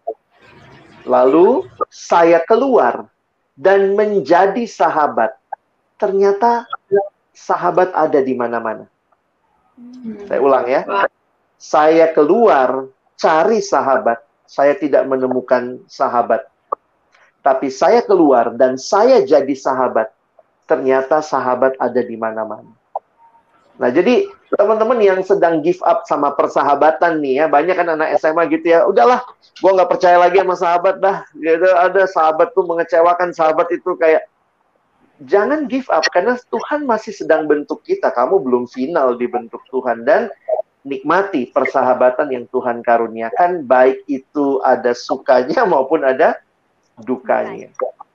Lalu saya keluar dan menjadi sahabat. Ternyata sahabat ada di mana-mana. Saya ulang ya. Saya keluar cari sahabat. Saya tidak menemukan sahabat. Tapi saya keluar dan saya jadi sahabat. Ternyata sahabat ada di mana-mana. Nah, jadi teman-teman yang sedang give up sama persahabatan nih ya, banyak kan anak SMA gitu ya, udahlah, gue nggak percaya lagi sama sahabat dah. Gitu, ada sahabat tuh mengecewakan, sahabat itu kayak, jangan give up, karena Tuhan masih sedang bentuk kita. Kamu belum final dibentuk Tuhan. Dan nikmati persahabatan yang Tuhan karuniakan, baik itu ada sukanya maupun ada dukanya.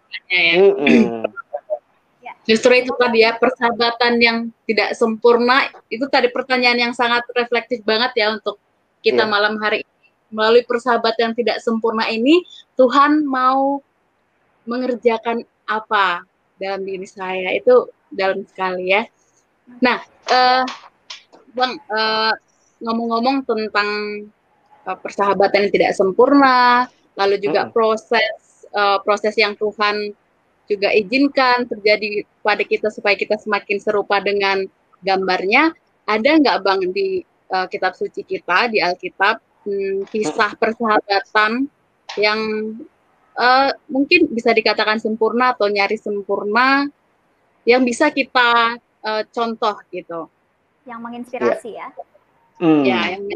Justru itu tadi ya, persahabatan yang tidak sempurna, itu tadi pertanyaan yang sangat reflektif banget ya untuk kita malam hari ini. Melalui persahabatan yang tidak sempurna ini, Tuhan mau mengerjakan apa dalam diri saya. Itu dalam sekali ya. Nah, Bang, ngomong-ngomong tentang persahabatan yang tidak sempurna, lalu juga proses yang Tuhan juga izinkan terjadi pada kita supaya kita semakin serupa dengan gambarnya. Ada nggak Bang di kitab suci kita, di Alkitab, kisah persahabatan yang mungkin bisa dikatakan sempurna atau nyaris sempurna, yang bisa kita contoh gitu?
Yang menginspirasi ya?
Ya, yang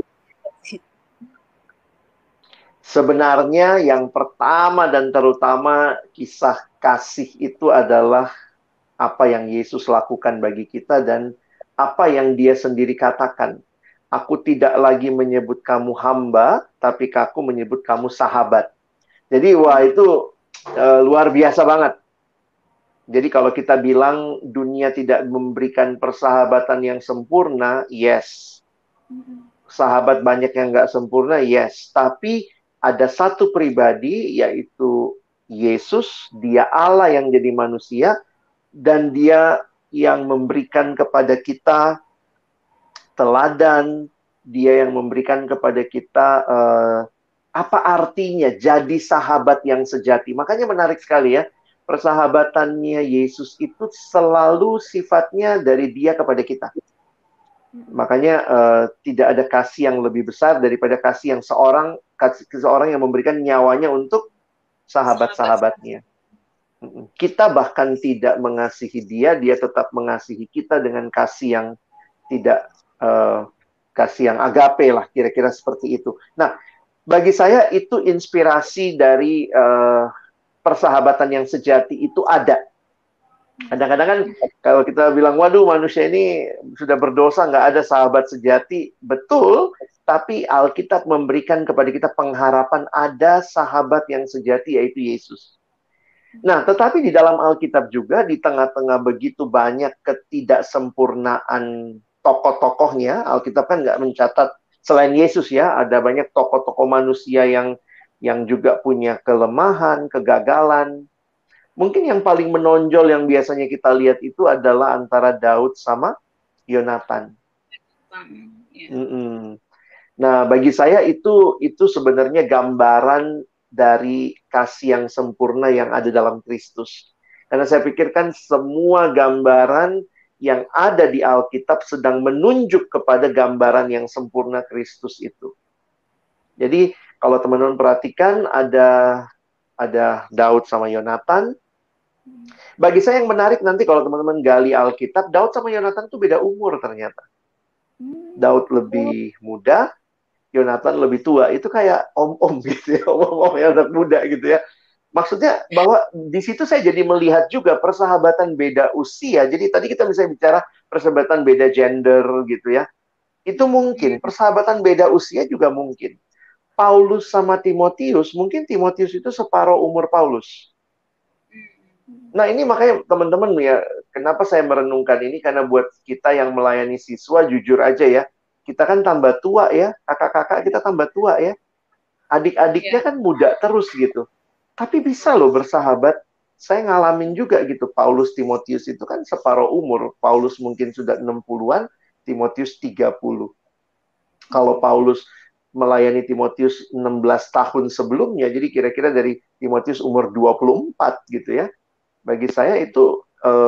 sebenarnya yang pertama dan terutama kisah kasih itu adalah apa yang Yesus lakukan bagi kita dan apa yang Dia sendiri katakan. Aku tidak lagi menyebut kamu hamba, tapi aku menyebut kamu sahabat. Jadi wah itu luar biasa banget. Jadi kalau kita bilang dunia tidak memberikan persahabatan yang sempurna, yes. Sahabat banyak yang nggak sempurna, yes. Tapi ada satu pribadi, yaitu Yesus, Dia Allah yang jadi manusia, dan Dia yang memberikan kepada kita teladan, Dia yang memberikan kepada kita Apa artinya jadi sahabat yang sejati? Makanya menarik sekali ya, persahabatannya Yesus itu selalu sifatnya dari dia kepada kita. Makanya tidak ada kasih yang lebih besar daripada kasih seseorang yang memberikan nyawanya untuk sahabat-sahabatnya. Kita bahkan tidak mengasihi dia, dia tetap mengasihi kita dengan kasih yang tidak kasih yang agape lah, kira-kira seperti itu. Nah, bagi saya itu inspirasi dari persahabatan yang sejati itu ada. Kadang-kadang kan kalau kita bilang, waduh manusia ini sudah berdosa, nggak ada sahabat sejati. Betul, tapi Alkitab memberikan kepada kita pengharapan ada sahabat yang sejati, yaitu Yesus. Nah, tetapi di dalam Alkitab juga, di tengah-tengah begitu banyak ketidaksempurnaan tokoh-tokohnya, Alkitab kan nggak mencatat, selain Yesus ya, ada banyak tokoh-tokoh manusia yang juga punya kelemahan, kegagalan. Mungkin yang paling menonjol yang biasanya kita lihat itu adalah antara Daud sama Yonatan. Nah, bagi saya itu sebenarnya gambaran dari kasih yang sempurna yang ada dalam Kristus. Karena saya pikirkan semua gambaran yang ada di Alkitab sedang menunjuk kepada gambaran yang sempurna Kristus itu. Jadi, kalau teman-teman perhatikan ada Daud sama Yonatan. Bagi saya yang menarik nanti kalau teman-teman gali Alkitab, Daud sama Yonatan itu beda umur ternyata. Daud lebih muda, Yonatan lebih tua. Itu kayak om-om gitu ya, om-om yang anak muda gitu ya. Maksudnya bahwa di situ saya jadi melihat juga persahabatan beda usia. Jadi tadi kita misalnya bicara persahabatan beda gender gitu ya. Itu mungkin, persahabatan beda usia juga mungkin. Paulus sama Timotius, mungkin Timotius itu separuh umur Paulus. Nah, ini makanya teman-teman ya, kenapa saya merenungkan ini, karena buat kita yang melayani siswa, jujur aja ya, kita kan tambah tua ya, kakak-kakak kita tambah tua ya, adik-adiknya kan muda terus gitu. Tapi bisa loh bersahabat, saya ngalamin juga gitu, Paulus, Timotius itu kan separuh umur, Paulus mungkin sudah 60-an, Timotius 30. Kalau Paulus melayani Timotius 16 tahun sebelumnya, jadi kira-kira dari Timotius umur 24 gitu ya. Bagi saya itu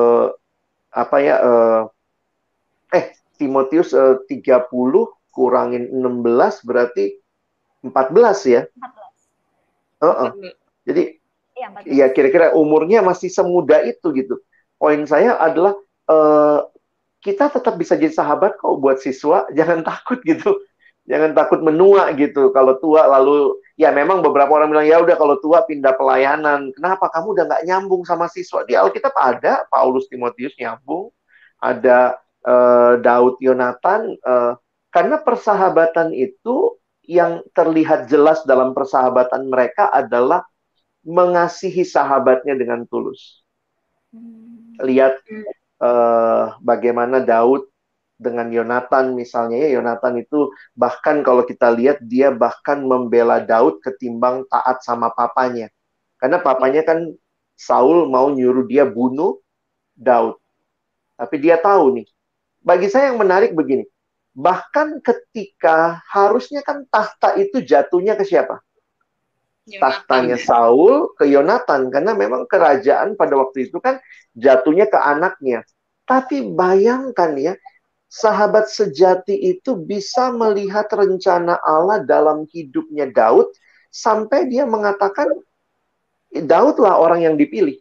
Timotius 30 kurangin 16 berarti 14 ya. 14. Jadi ya kira-kira umurnya masih semuda itu gitu. Poin saya adalah kita tetap bisa jadi sahabat kok buat siswa, jangan takut gitu. Jangan takut menua gitu. Kalau tua lalu, ya memang beberapa orang bilang, ya udah kalau tua pindah pelayanan. Kenapa? Kamu udah nggak nyambung sama siswa. Di Alkitab ada, Paulus, Timotius nyambung. Ada Daud, Yonatan. Karena persahabatan itu yang terlihat jelas dalam persahabatan mereka adalah mengasihi sahabatnya dengan tulus. Lihat bagaimana Daud dengan Yonatan misalnya ya, Yonatan itu bahkan kalau kita lihat dia bahkan membela Daud ketimbang taat sama papanya. Karena papanya kan Saul mau nyuruh dia bunuh Daud. Tapi dia tahu nih. Bagi saya yang menarik begini. Bahkan ketika harusnya kan tahta itu jatuhnya ke siapa? Tahtanya Saul ke Yonatan. Karena memang kerajaan pada waktu itu kan jatuhnya ke anaknya. Tapi bayangkan ya, sahabat sejati itu bisa melihat rencana Allah dalam hidupnya Daud sampai dia mengatakan Daudlah orang yang dipilih.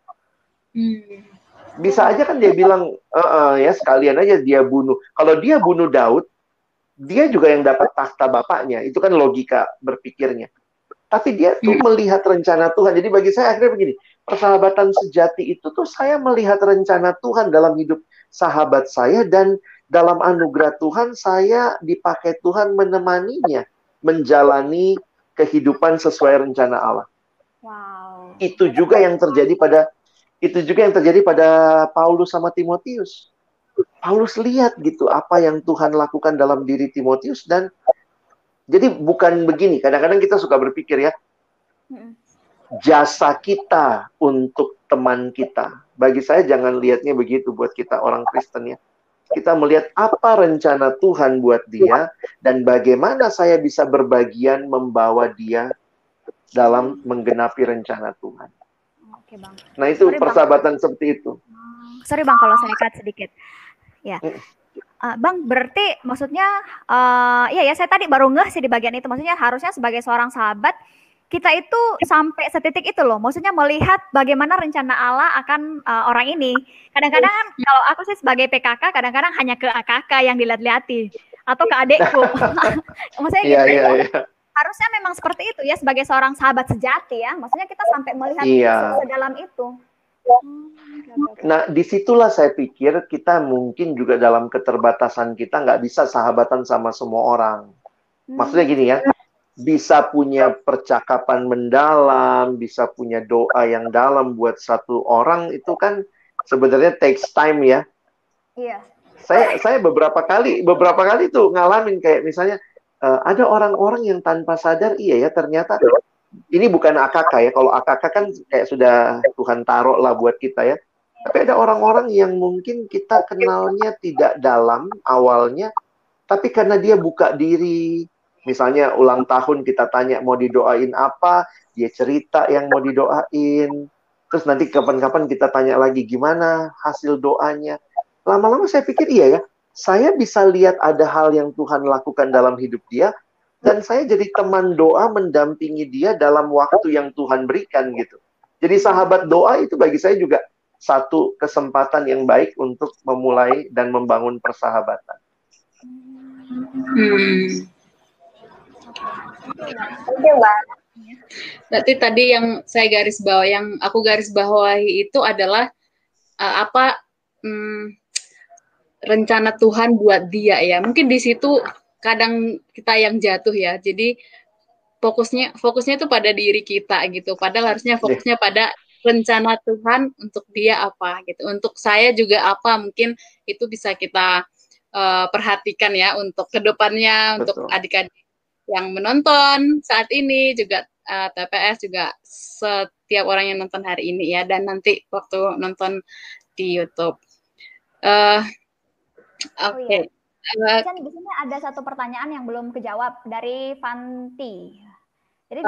Bisa aja kan dia bilang ya sekalian aja dia bunuh. Kalau dia bunuh Daud, dia juga yang dapat takhta bapaknya. Itu kan logika berpikirnya. Tapi dia tuh melihat rencana Tuhan. Jadi bagi saya akhirnya begini, persahabatan sejati itu tuh saya melihat rencana Tuhan dalam hidup sahabat saya, dan dalam anugerah Tuhan, saya dipakai Tuhan menemaninya menjalani kehidupan sesuai rencana Allah.
Wow.
Itu juga yang terjadi pada Paulus sama Timotius. Paulus lihat gitu apa yang Tuhan lakukan dalam diri Timotius, dan jadi bukan begini. Kadang-kadang kita suka berpikir ya, jasa kita untuk teman kita. Bagi saya jangan lihatnya begitu buat kita orang Kristen ya. kita melihat apa rencana Tuhan buat dia, dan bagaimana saya bisa berbagian membawa dia dalam menggenapi rencana Tuhan.
Oke, Bang.
Nah, itu
Sorry,
persahabatan seperti itu.
Sorry, Bang, kalau saya cut sedikit. Ya. Bang, berarti maksudnya, ya saya tadi baru ngeh sih di bagian itu. Maksudnya harusnya sebagai seorang sahabat, kita itu sampai setitik itu loh. Maksudnya melihat bagaimana rencana Allah akan orang ini. Kadang-kadang kan kalau aku sih sebagai PKK, kadang-kadang hanya ke AKK yang dilihat-lihati. Atau ke adekku. Maksudnya gitu.
Iya.
Harusnya memang seperti itu ya, sebagai seorang sahabat sejati ya. Maksudnya kita sampai melihat sedalam itu.
Nah, disitulah saya pikir kita mungkin juga dalam keterbatasan kita nggak bisa sahabatan sama semua orang. Maksudnya gini ya, bisa punya percakapan mendalam, bisa punya doa yang dalam buat satu orang, itu kan sebenarnya takes time ya.
Iya.
Saya beberapa kali tuh ngalamin kayak misalnya ada orang-orang yang tanpa sadar, iya ya ternyata ini bukan AKK ya. Kalau AKK kan kayak sudah Tuhan taruh lah buat kita ya. Tapi ada orang-orang yang mungkin kita kenalnya tidak dalam awalnya, tapi karena dia buka diri, misalnya ulang tahun kita tanya mau didoain apa, dia cerita yang mau didoain. Terus nanti kapan-kapan kita tanya lagi gimana hasil doanya. Lama-lama saya pikir iya ya, saya bisa lihat ada hal yang Tuhan lakukan dalam hidup dia, dan saya jadi teman doa mendampingi dia dalam waktu yang Tuhan berikan gitu. Jadi sahabat doa itu bagi saya juga satu kesempatan yang baik untuk memulai dan membangun persahabatan.
Oke, Mbak.
Berarti tadi yang saya garis bawah, yang aku garis bawahi itu adalah rencana Tuhan buat dia ya. Mungkin di situ kadang kita yang jatuh ya. Jadi fokusnya itu pada diri kita gitu. Padahal harusnya fokusnya pada rencana Tuhan untuk dia apa gitu. Untuk saya juga apa, mungkin itu bisa kita perhatikan ya untuk kedepannya. Betul. Untuk adik-adik yang menonton saat ini juga TPS juga setiap orang yang nonton hari ini ya, dan nanti waktu nonton di YouTube. Oke.
Di sini ada satu pertanyaan yang belum kejawab dari Fanti. Jadi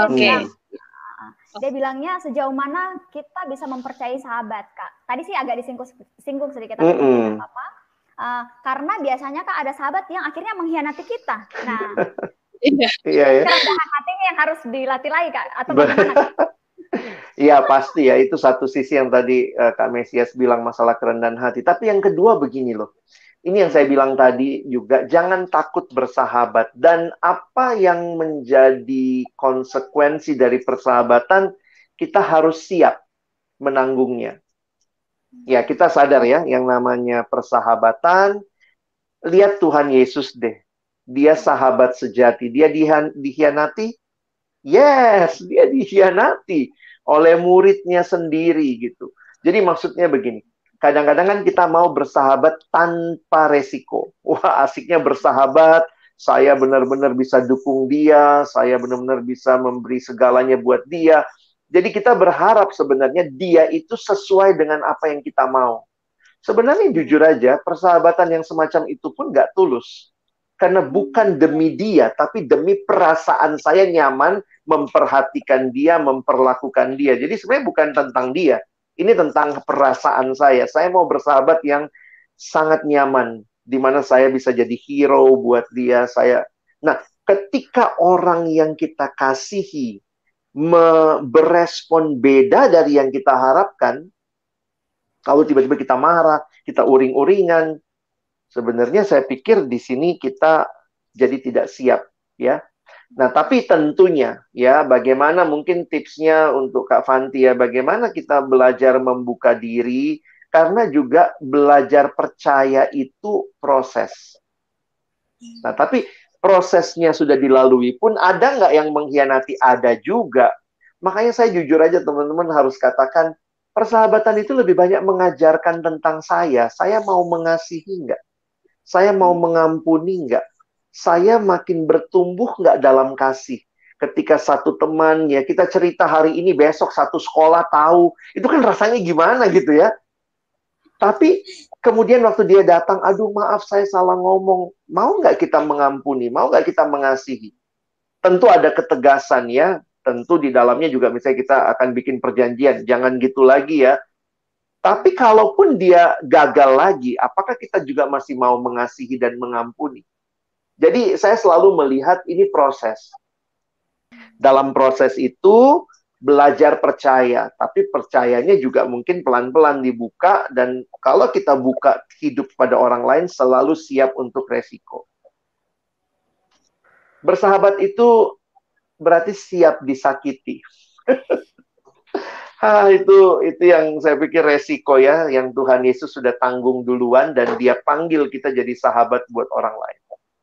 dia bilangnya sejauh mana kita bisa mempercayai sahabat, Kak? Tadi sih agak disinggung sedikit, tapi tidak apa-apa. Karena biasanya Kak ada sahabat yang akhirnya mengkhianati kita. Nah, kerendahan hatinya yang harus dilatih lagi, Kak, atau bagaimana, Kak?
Iya pasti ya, itu satu sisi yang tadi Kak Mesias bilang masalah kerendahan hati. Tapi yang kedua begini loh, ini yang saya bilang tadi juga, jangan takut bersahabat. Dan apa yang menjadi konsekuensi dari persahabatan, kita harus siap menanggungnya. Ya, kita sadar ya, yang namanya persahabatan, lihat Tuhan Yesus deh. Dia sahabat sejati. Dia dikhianati? Yes, dia dikhianati oleh muridnya sendiri gitu. Jadi maksudnya begini, kadang-kadang kan kita mau bersahabat tanpa resiko. Wah, asiknya bersahabat, saya benar-benar bisa dukung dia, saya benar-benar bisa memberi segalanya buat dia. Jadi kita berharap sebenarnya dia itu sesuai dengan apa yang kita mau. Sebenarnya jujur aja, persahabatan yang semacam itu pun nggak tulus. Karena bukan demi dia, tapi demi perasaan saya nyaman memperhatikan dia, memperlakukan dia. Jadi sebenarnya bukan tentang dia. Ini tentang perasaan saya. Saya mau bersahabat yang sangat nyaman, di mana saya bisa jadi hero buat dia. Nah, ketika orang yang kita kasihi berespon beda dari yang kita harapkan, kalau tiba-tiba kita marah, kita uring-uringan, sebenarnya saya pikir di sini kita jadi tidak siap, ya. Nah, tapi tentunya, ya, bagaimana mungkin tipsnya untuk Kak Fanti ya, bagaimana kita belajar membuka diri, karena juga belajar percaya itu proses. Nah, tapi prosesnya sudah dilalui pun, ada nggak yang mengkhianati? Ada juga. Makanya saya jujur aja teman-teman harus katakan, persahabatan itu lebih banyak mengajarkan tentang saya mau mengasihi nggak? Saya mau mengampuni nggak? Saya makin bertumbuh nggak dalam kasih? Ketika satu teman, ya kita cerita hari ini, besok satu sekolah tahu. Itu kan rasanya gimana gitu ya? Tapi Kemudian waktu dia datang, aduh maaf saya salah ngomong. Mau nggak kita mengampuni? Mau nggak kita mengasihi? Tentu ada ketegasan ya. Tentu di dalamnya juga misalnya kita akan bikin perjanjian. Jangan gitu lagi ya. Tapi kalaupun dia gagal lagi, apakah kita juga masih mau mengasihi dan mengampuni? Jadi saya selalu melihat ini proses. Dalam proses itu, belajar percaya, tapi percayanya juga mungkin pelan-pelan dibuka, dan kalau kita buka hidup pada orang lain, selalu siap untuk resiko. Bersahabat itu berarti siap disakiti. Itu yang saya pikir resiko ya, yang Tuhan Yesus sudah tanggung duluan, dan dia panggil kita jadi sahabat buat orang lain.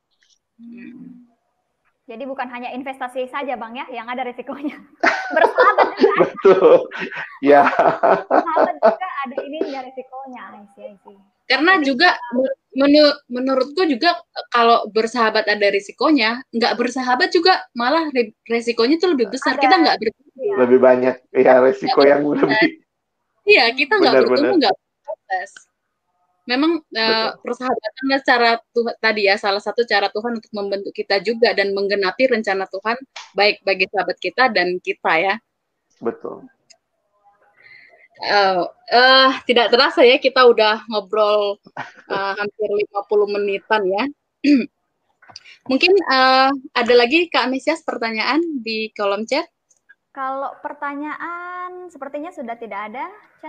Jadi bukan hanya investasi saja Bang ya, yang ada resikonya. Bersahabat juga.
Betul. Ya.
Bersahabat juga ada ininya resikonya. I see.
Karena juga menurutku juga kalau bersahabat ada resikonya, nggak bersahabat juga malah resikonya itu lebih besar. Kita nggak
lebih banyak ya resiko yang lebih.
Iya, kita nggak bertumbuh, nggak berproses. Memang persahabatan cara Tuhan tadi ya, salah satu cara Tuhan untuk membentuk kita juga dan menggenapi rencana Tuhan baik bagi sahabat kita dan kita ya.
Betul.
Tidak terasa ya kita udah ngobrol hampir 50 menitan ya. Mungkin ada lagi Kak Mesias pertanyaan di kolom chat?
Kalau pertanyaan sepertinya sudah tidak ada, Chen.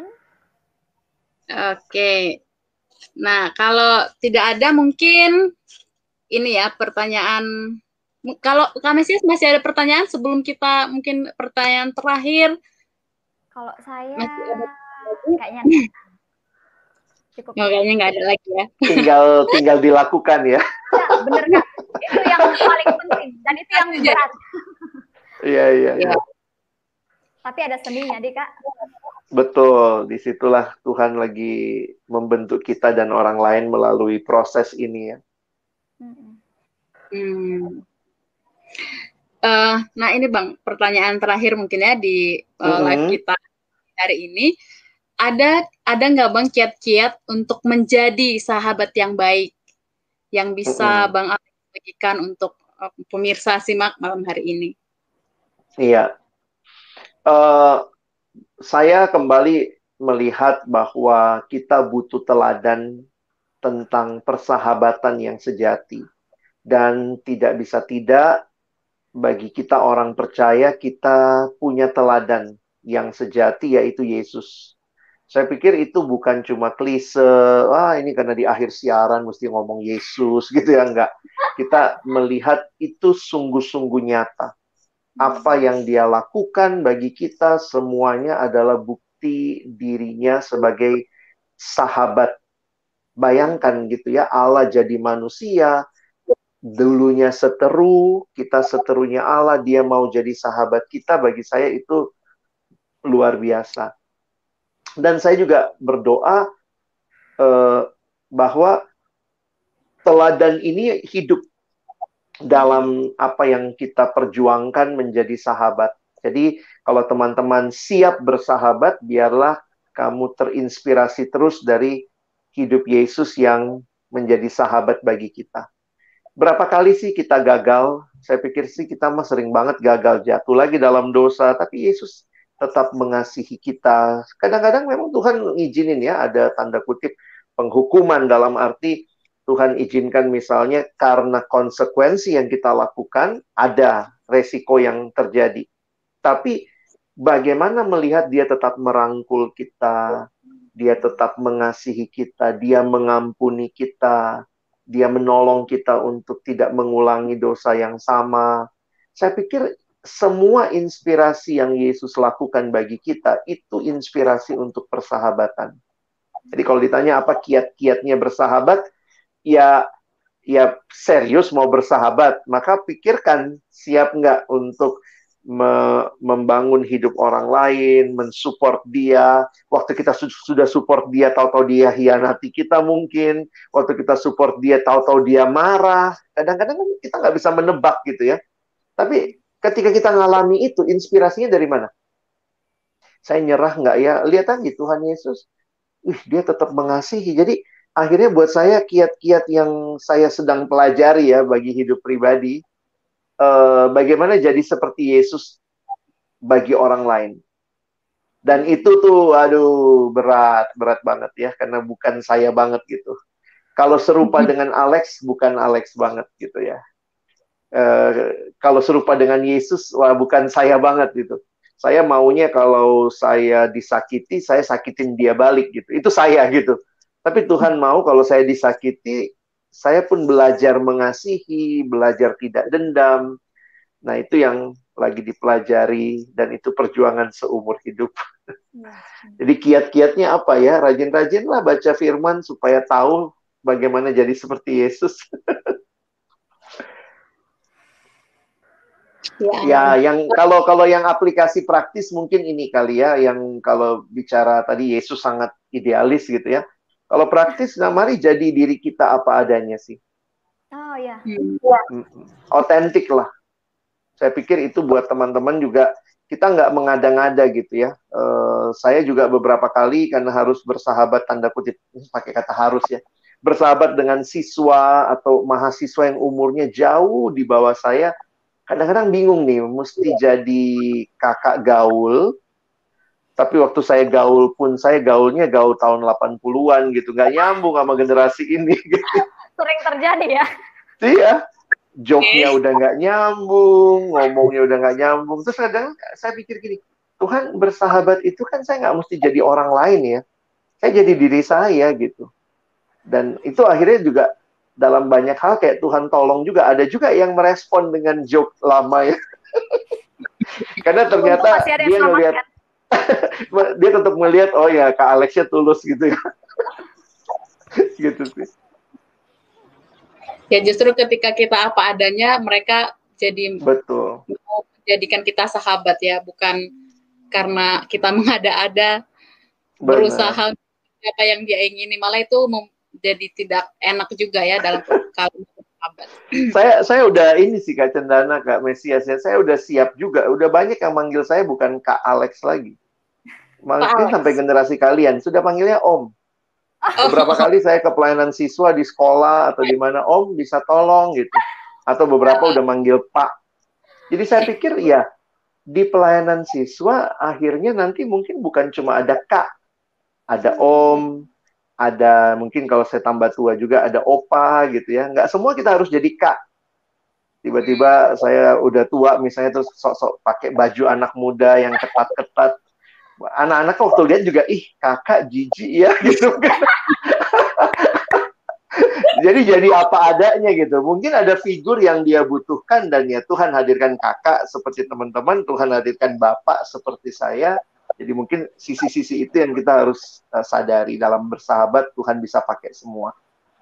Oke. Nah, kalau tidak ada mungkin ini ya pertanyaan. Kalau Kak Mesias masih ada pertanyaan sebelum kita mungkin pertanyaan terakhir?
Kalau saya
kayaknya cukup. Kayaknya nggak ada lagi ya.
Tinggal dilakukan ya.
Ya, bener Kak. Itu yang paling penting dan itu yang berat.
Iya.
Tapi ada seninya, Kak.
Betul, disitulah Tuhan lagi membentuk kita dan orang lain melalui proses ini ya.
Nah ini Bang, pertanyaan terakhir mungkin ya di live kita hari ini. Ada nggak Bang kiat-kiat untuk menjadi sahabat yang baik yang bisa Bang bagikan untuk pemirsa simak malam hari ini?
Iya. Saya kembali melihat bahwa kita butuh teladan tentang persahabatan yang sejati. Dan tidak bisa tidak, bagi kita orang percaya, kita punya teladan yang sejati, yaitu Yesus. Saya pikir itu bukan cuma klise, ini karena di akhir siaran mesti ngomong Yesus, gitu ya, enggak. Kita melihat itu sungguh-sungguh nyata. Apa yang dia lakukan bagi kita semuanya adalah bukti dirinya sebagai sahabat. Bayangkan gitu ya, Allah jadi manusia, dulunya seteru, kita seterunya Allah, dia mau jadi sahabat kita, bagi saya itu luar biasa. Dan saya juga berdoa bahwa teladan ini hidup dalam apa yang kita perjuangkan menjadi sahabat. Jadi kalau teman-teman siap bersahabat, biarlah kamu terinspirasi terus dari hidup Yesus yang menjadi sahabat bagi kita. Berapa kali sih kita gagal? Saya pikir sih kita mah sering banget gagal, jatuh lagi dalam dosa, tapi Yesus tetap mengasihi kita. Kadang-kadang memang Tuhan ngizinin ya, ada tanda kutip penghukuman, dalam arti Tuhan izinkan misalnya karena konsekuensi yang kita lakukan, ada resiko yang terjadi. Tapi bagaimana melihat dia tetap merangkul kita, dia tetap mengasihi kita, dia mengampuni kita, dia menolong kita untuk tidak mengulangi dosa yang sama. Saya pikir semua inspirasi yang Yesus lakukan bagi kita, itu inspirasi untuk persahabatan. Jadi kalau ditanya apa kiat-kiatnya bersahabat, ya serius mau bersahabat, maka pikirkan siap nggak untuk membangun hidup orang lain, mensupport dia. Waktu kita sudah support dia, tahu-tahu dia hianati kita mungkin. Waktu kita support dia, tahu-tahu dia marah. Kadang-kadang kita nggak bisa menebak gitu ya. Tapi ketika kita ngalami itu, inspirasinya dari mana? Saya nyerah nggak ya? Lihat aja Tuhan Yesus, dia tetap mengasihi. Jadi akhirnya buat saya kiat-kiat yang saya sedang pelajari ya bagi hidup pribadi, bagaimana jadi seperti Yesus bagi orang lain. Dan itu tuh, aduh, berat banget ya, karena bukan saya banget gitu. Kalau serupa dengan Alex, bukan Alex banget gitu ya. Kalau serupa dengan Yesus, wah bukan saya banget gitu. Saya maunya kalau saya disakiti, saya sakitin dia balik gitu. Itu saya gitu. Tapi Tuhan mau kalau saya disakiti, saya pun belajar mengasihi, belajar tidak dendam. Nah, itu yang lagi dipelajari, dan itu perjuangan seumur hidup. Jadi kiat-kiatnya apa ya? Rajin-rajinlah baca firman supaya tahu bagaimana jadi seperti Yesus. Ya, yang kalau yang aplikasi praktis mungkin ini kali ya, yang kalau bicara tadi Yesus sangat idealis gitu ya. Kalau praktis, nah mari jadi diri kita apa adanya sih.
Oh ya.
Otentik lah. Saya pikir itu buat teman-teman juga, kita nggak mengada-ngada gitu ya. Saya juga beberapa kali karena harus bersahabat, tanda kutip, pakai kata harus ya, bersahabat dengan siswa atau mahasiswa yang umurnya jauh di bawah saya. Kadang-kadang bingung nih, mesti jadi kakak gaul. Tapi waktu saya gaul pun, saya gaulnya gaul tahun 80-an gitu. Nggak nyambung sama generasi ini. Gitu.
Sering terjadi ya?
Iya. Joke-nya udah nggak nyambung, ngomongnya udah nggak nyambung. Terus kadang saya pikir gini, Tuhan bersahabat itu kan saya nggak mesti jadi orang lain ya. Saya jadi diri saya gitu. Dan itu akhirnya juga dalam banyak hal kayak Tuhan tolong juga. Ada juga yang merespon dengan joke lama ya. Karena ternyata dia ngelihat, dia tetap melihat, oh ya Kak Alexnya tulus gitu ya. Gitu sih.
Ya justru ketika kita apa adanya, mereka jadi
betul
menjadikan kita sahabat ya, bukan karena kita mengada-ada berusaha apa yang dia ingini, malah itu jadi tidak enak juga ya dalam kalau sahabat.
Saya udah ini sih Kak Cendana, Kak Mesias ya, saya udah siap juga, udah banyak yang manggil saya bukan Kak Alex lagi, mungkin sampai generasi kalian sudah panggilnya Om. Beberapa kali saya ke pelayanan siswa di sekolah atau di mana, Om bisa tolong gitu. Atau beberapa udah manggil Pak. Jadi saya pikir ya, di pelayanan siswa akhirnya nanti mungkin bukan cuma ada Kak, ada Om, ada mungkin kalau saya tambah tua juga ada Opa gitu ya. Nggak semua kita harus jadi Kak. Tiba-tiba saya udah tua misalnya, terus sok-sok pakai baju anak muda yang ketat-ketat. Anak-anak waktu lihat juga, ih kakak jijik ya gitu kan. jadi apa adanya gitu. Mungkin ada figur yang dia butuhkan, dan ya Tuhan hadirkan kakak seperti teman-teman, Tuhan hadirkan bapak seperti saya. Jadi mungkin sisi-sisi itu yang kita harus sadari, dalam bersahabat Tuhan bisa pakai semua.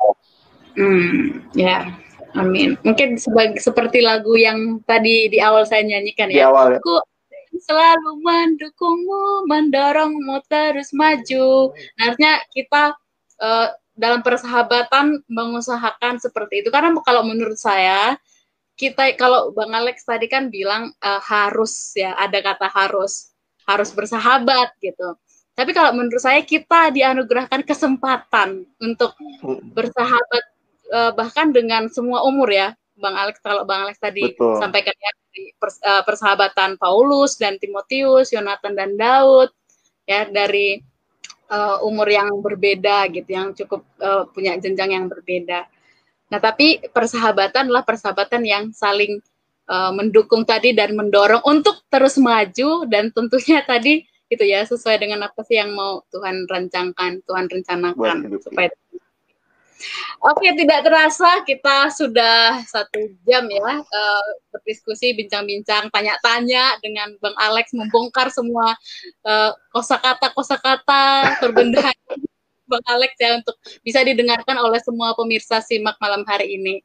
Ya, amin. Mungkin seperti lagu yang tadi di awal saya nyanyikan ya.
Di awal ya.
Selalu mendukungmu, mendorongmu terus maju. Artinya kita dalam persahabatan mengusahakan seperti itu. Karena kalau menurut saya, kita, kalau Bang Alex tadi kan bilang harus ya, ada kata harus bersahabat gitu. Tapi kalau menurut saya, kita dianugerahkan kesempatan untuk bersahabat bahkan dengan semua umur ya. Bang Alex, kalau Bang Alex tadi sampaikan ya, persahabatan Paulus dan Timotius, Yonatan dan Daud, ya dari umur yang berbeda gitu, yang cukup punya jenjang yang berbeda. Nah, tapi persahabatan adalah persahabatan yang saling mendukung tadi dan mendorong untuk terus maju, dan tentunya tadi gitu ya, sesuai dengan apa sih yang mau Tuhan rancangkan, Tuhan rencanakan supaya. Oke, tidak terasa kita sudah 1 jam ya berdiskusi, bincang-bincang, tanya-tanya dengan Bang Alex, membongkar semua kosakata perbedaan Bang Alex ya, untuk bisa didengarkan oleh semua pemirsa Simak malam hari ini.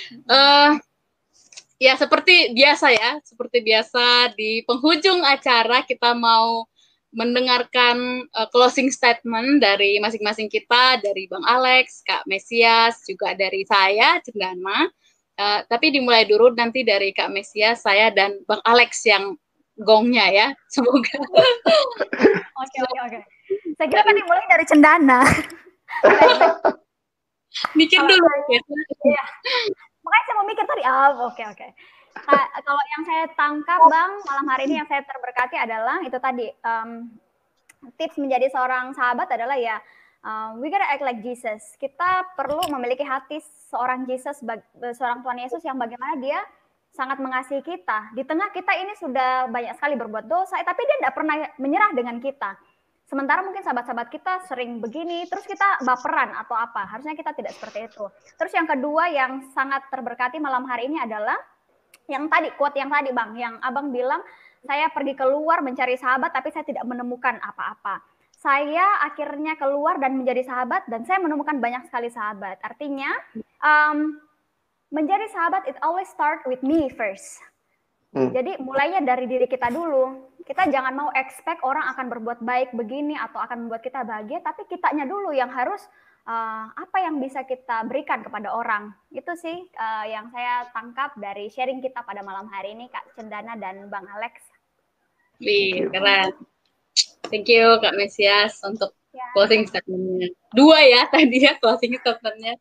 Ya seperti biasa di penghujung acara kita mau mendengarkan closing statement dari masing-masing kita, dari Bang Alex, Kak Mesias, juga dari saya, Cendana. Tapi dimulai dulu nanti dari Kak Mesias, saya, dan Bang Alex yang gongnya ya, semoga.
Oke. Saya kira kan dimulai dari Cendana.
Mikir dulu.
Iya. Makanya saya mau mikir tadi. Oke. Nah, kalau yang saya tangkap, Bang, malam hari ini yang saya terberkati adalah itu tadi. Tips menjadi seorang sahabat adalah ya, we gotta act like Jesus. Kita perlu memiliki hati seorang Jesus, seorang Tuhan Yesus yang bagaimana dia sangat mengasihi kita. Di tengah kita ini sudah banyak sekali berbuat dosa, tapi dia tidak pernah menyerah dengan kita. Sementara mungkin sahabat-sahabat kita sering begini, terus kita baperan atau apa. Harusnya kita tidak seperti itu. Terus yang kedua yang sangat terberkati malam hari ini adalah yang tadi, quote yang tadi, Bang, yang Abang bilang, saya pergi keluar mencari sahabat, tapi saya tidak menemukan apa-apa. Saya akhirnya keluar dan menjadi sahabat, dan saya menemukan banyak sekali sahabat. Artinya, menjadi sahabat, it always start with me first. Jadi, mulainya dari diri kita dulu. Kita jangan mau expect orang akan berbuat baik begini, atau akan membuat kita bahagia, tapi kitanya dulu yang harus apa yang bisa kita berikan kepada orang. Itu sih yang saya tangkap dari sharing kita pada malam hari ini, Kak Cendana dan Bang Alex.
Keren. Thank you Kak Mesias untuk closing statement-nya. 2 ya tadi ya closing statement-nya.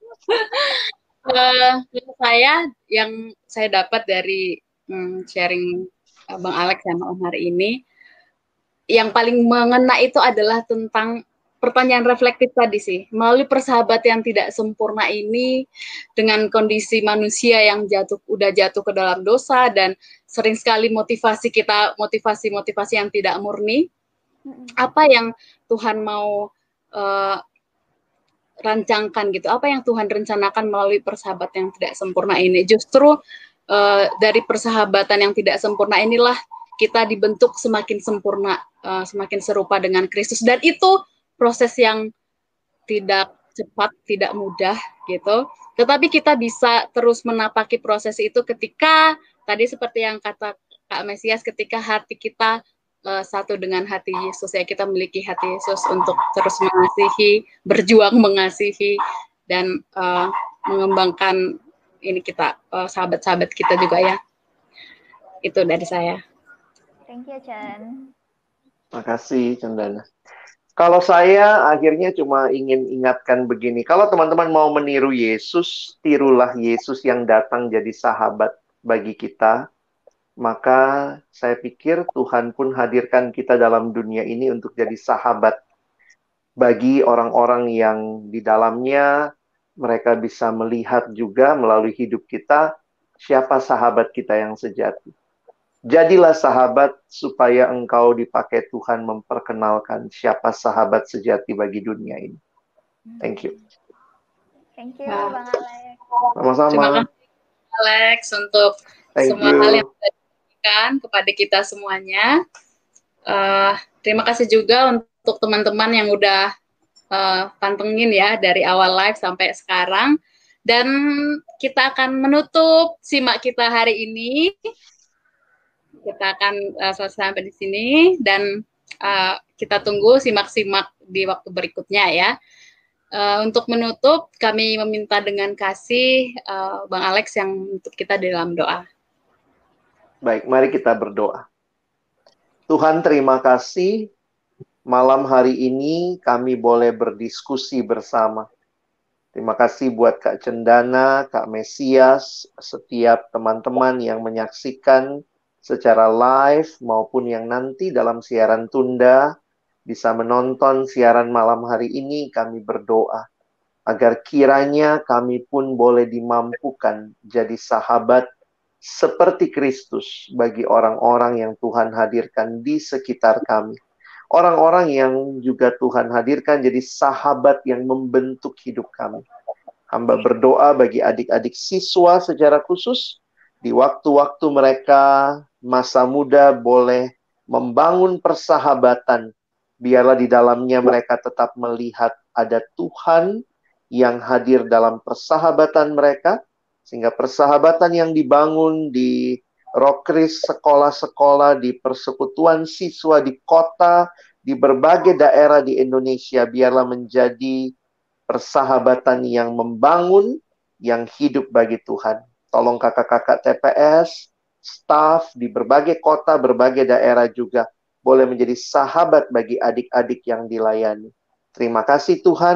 Saya yang saya dapat dari sharing Bang Alex ya malam hari ini, yang paling mengena itu adalah tentang pertanyaan reflektif tadi sih. Melalui persahabatan yang tidak sempurna ini, dengan kondisi manusia yang udah jatuh ke dalam dosa, dan sering sekali motivasi kita, motivasi yang tidak murni, apa yang Tuhan mau rancangkan gitu, apa yang Tuhan rencanakan melalui persahabatan yang tidak sempurna ini. Justru dari persahabatan yang tidak sempurna inilah kita dibentuk semakin sempurna, semakin serupa dengan Kristus, dan itu proses yang tidak cepat, tidak mudah gitu. Tetapi kita bisa terus menapaki proses itu ketika tadi seperti yang kata Kak Mesias, ketika hati kita satu dengan hati Yesus, ya, kita memiliki hati Yesus untuk terus mengasihi, berjuang mengasihi, dan mengembangkan ini kita, sahabat-sahabat kita juga ya. Itu dari saya.
Thank you, Chen.
Makasih, Cendana. Kalau saya akhirnya cuma ingin ingatkan begini, kalau teman-teman mau meniru Yesus, tirulah Yesus yang datang jadi sahabat bagi kita. Maka saya pikir Tuhan pun hadirkan kita dalam dunia ini untuk jadi sahabat bagi orang-orang yang di dalamnya mereka bisa melihat juga melalui hidup kita siapa sahabat kita yang sejati. Jadilah sahabat supaya engkau dipakai Tuhan memperkenalkan siapa sahabat sejati bagi dunia ini. Thank you.
Thank you, Bang Alex.
Sama-sama.
Terima kasih, Alex, untuk semua hal yang sudah diberikan kepada kita semuanya. Terima kasih juga untuk teman-teman yang udah pantengin ya dari awal live sampai sekarang. Dan kita akan menutup simak kita hari ini. Kita akan selesai sampai di sini, dan kita tunggu simak-simak di waktu berikutnya ya. Untuk menutup, kami meminta dengan kasih Bang Alex yang untuk kita dalam doa.
Baik, mari kita berdoa. Tuhan, terima kasih malam hari ini kami boleh berdiskusi bersama. Terima kasih buat Kak Cendana, Kak Mesias, setiap teman-teman yang menyaksikan secara live maupun yang nanti dalam siaran tunda bisa menonton siaran malam hari ini. Kami berdoa agar kiranya kami pun boleh dimampukan jadi sahabat seperti Kristus bagi orang-orang yang Tuhan hadirkan di sekitar kami. Orang-orang yang juga Tuhan hadirkan jadi sahabat yang membentuk hidup kami. Hamba berdoa bagi adik-adik siswa secara khusus, di waktu-waktu mereka masa muda boleh membangun persahabatan. Biarlah di dalamnya mereka tetap melihat ada Tuhan yang hadir dalam persahabatan mereka. Sehingga persahabatan yang dibangun di Rokris, sekolah-sekolah, di persekutuan siswa, di kota, di berbagai daerah di Indonesia, biarlah menjadi persahabatan yang membangun, yang hidup bagi Tuhan. Tolong kakak-kakak TPS, staf di berbagai kota, berbagai daerah juga boleh menjadi sahabat bagi adik-adik yang dilayani. Terima kasih Tuhan,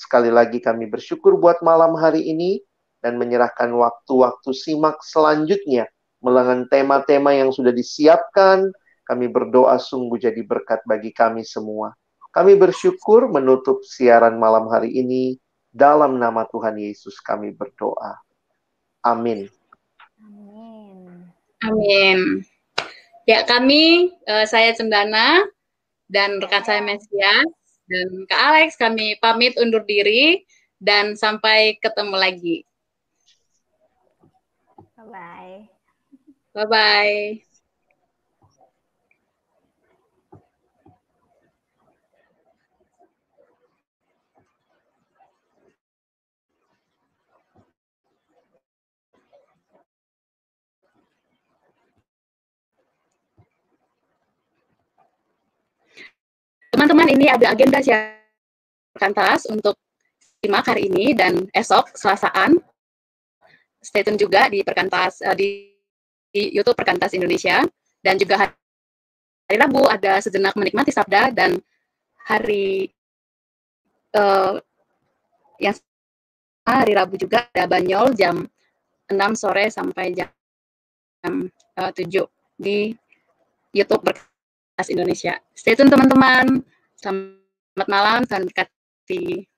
Sekali lagi kami bersyukur buat malam hari ini dan menyerahkan waktu-waktu simak selanjutnya dengan tema-tema yang sudah disiapkan. Kami berdoa sungguh jadi berkat bagi kami semua. Kami bersyukur menutup siaran malam hari ini. Dalam nama Tuhan Yesus kami berdoa. Amin.
Amin.
Amin. Ya, saya Cendana dan rekan saya Mesias dan Kak Alex, kami pamit undur diri dan sampai ketemu lagi.
Bye-bye.
Bye-bye. Teman-teman, ini ada agenda siaran Perkantas untuk simak hari ini dan esok Selasaan. Stay tune juga di Perkantas di YouTube Perkantas Indonesia, dan juga hari Rabu ada Sejenak Menikmati Sabda, dan hari hari Rabu juga ada Banyol jam 6 sore sampai jam 7 di YouTube Perkantas Indonesia. Stay tune teman-teman. Selamat malam, Tuhan berkati.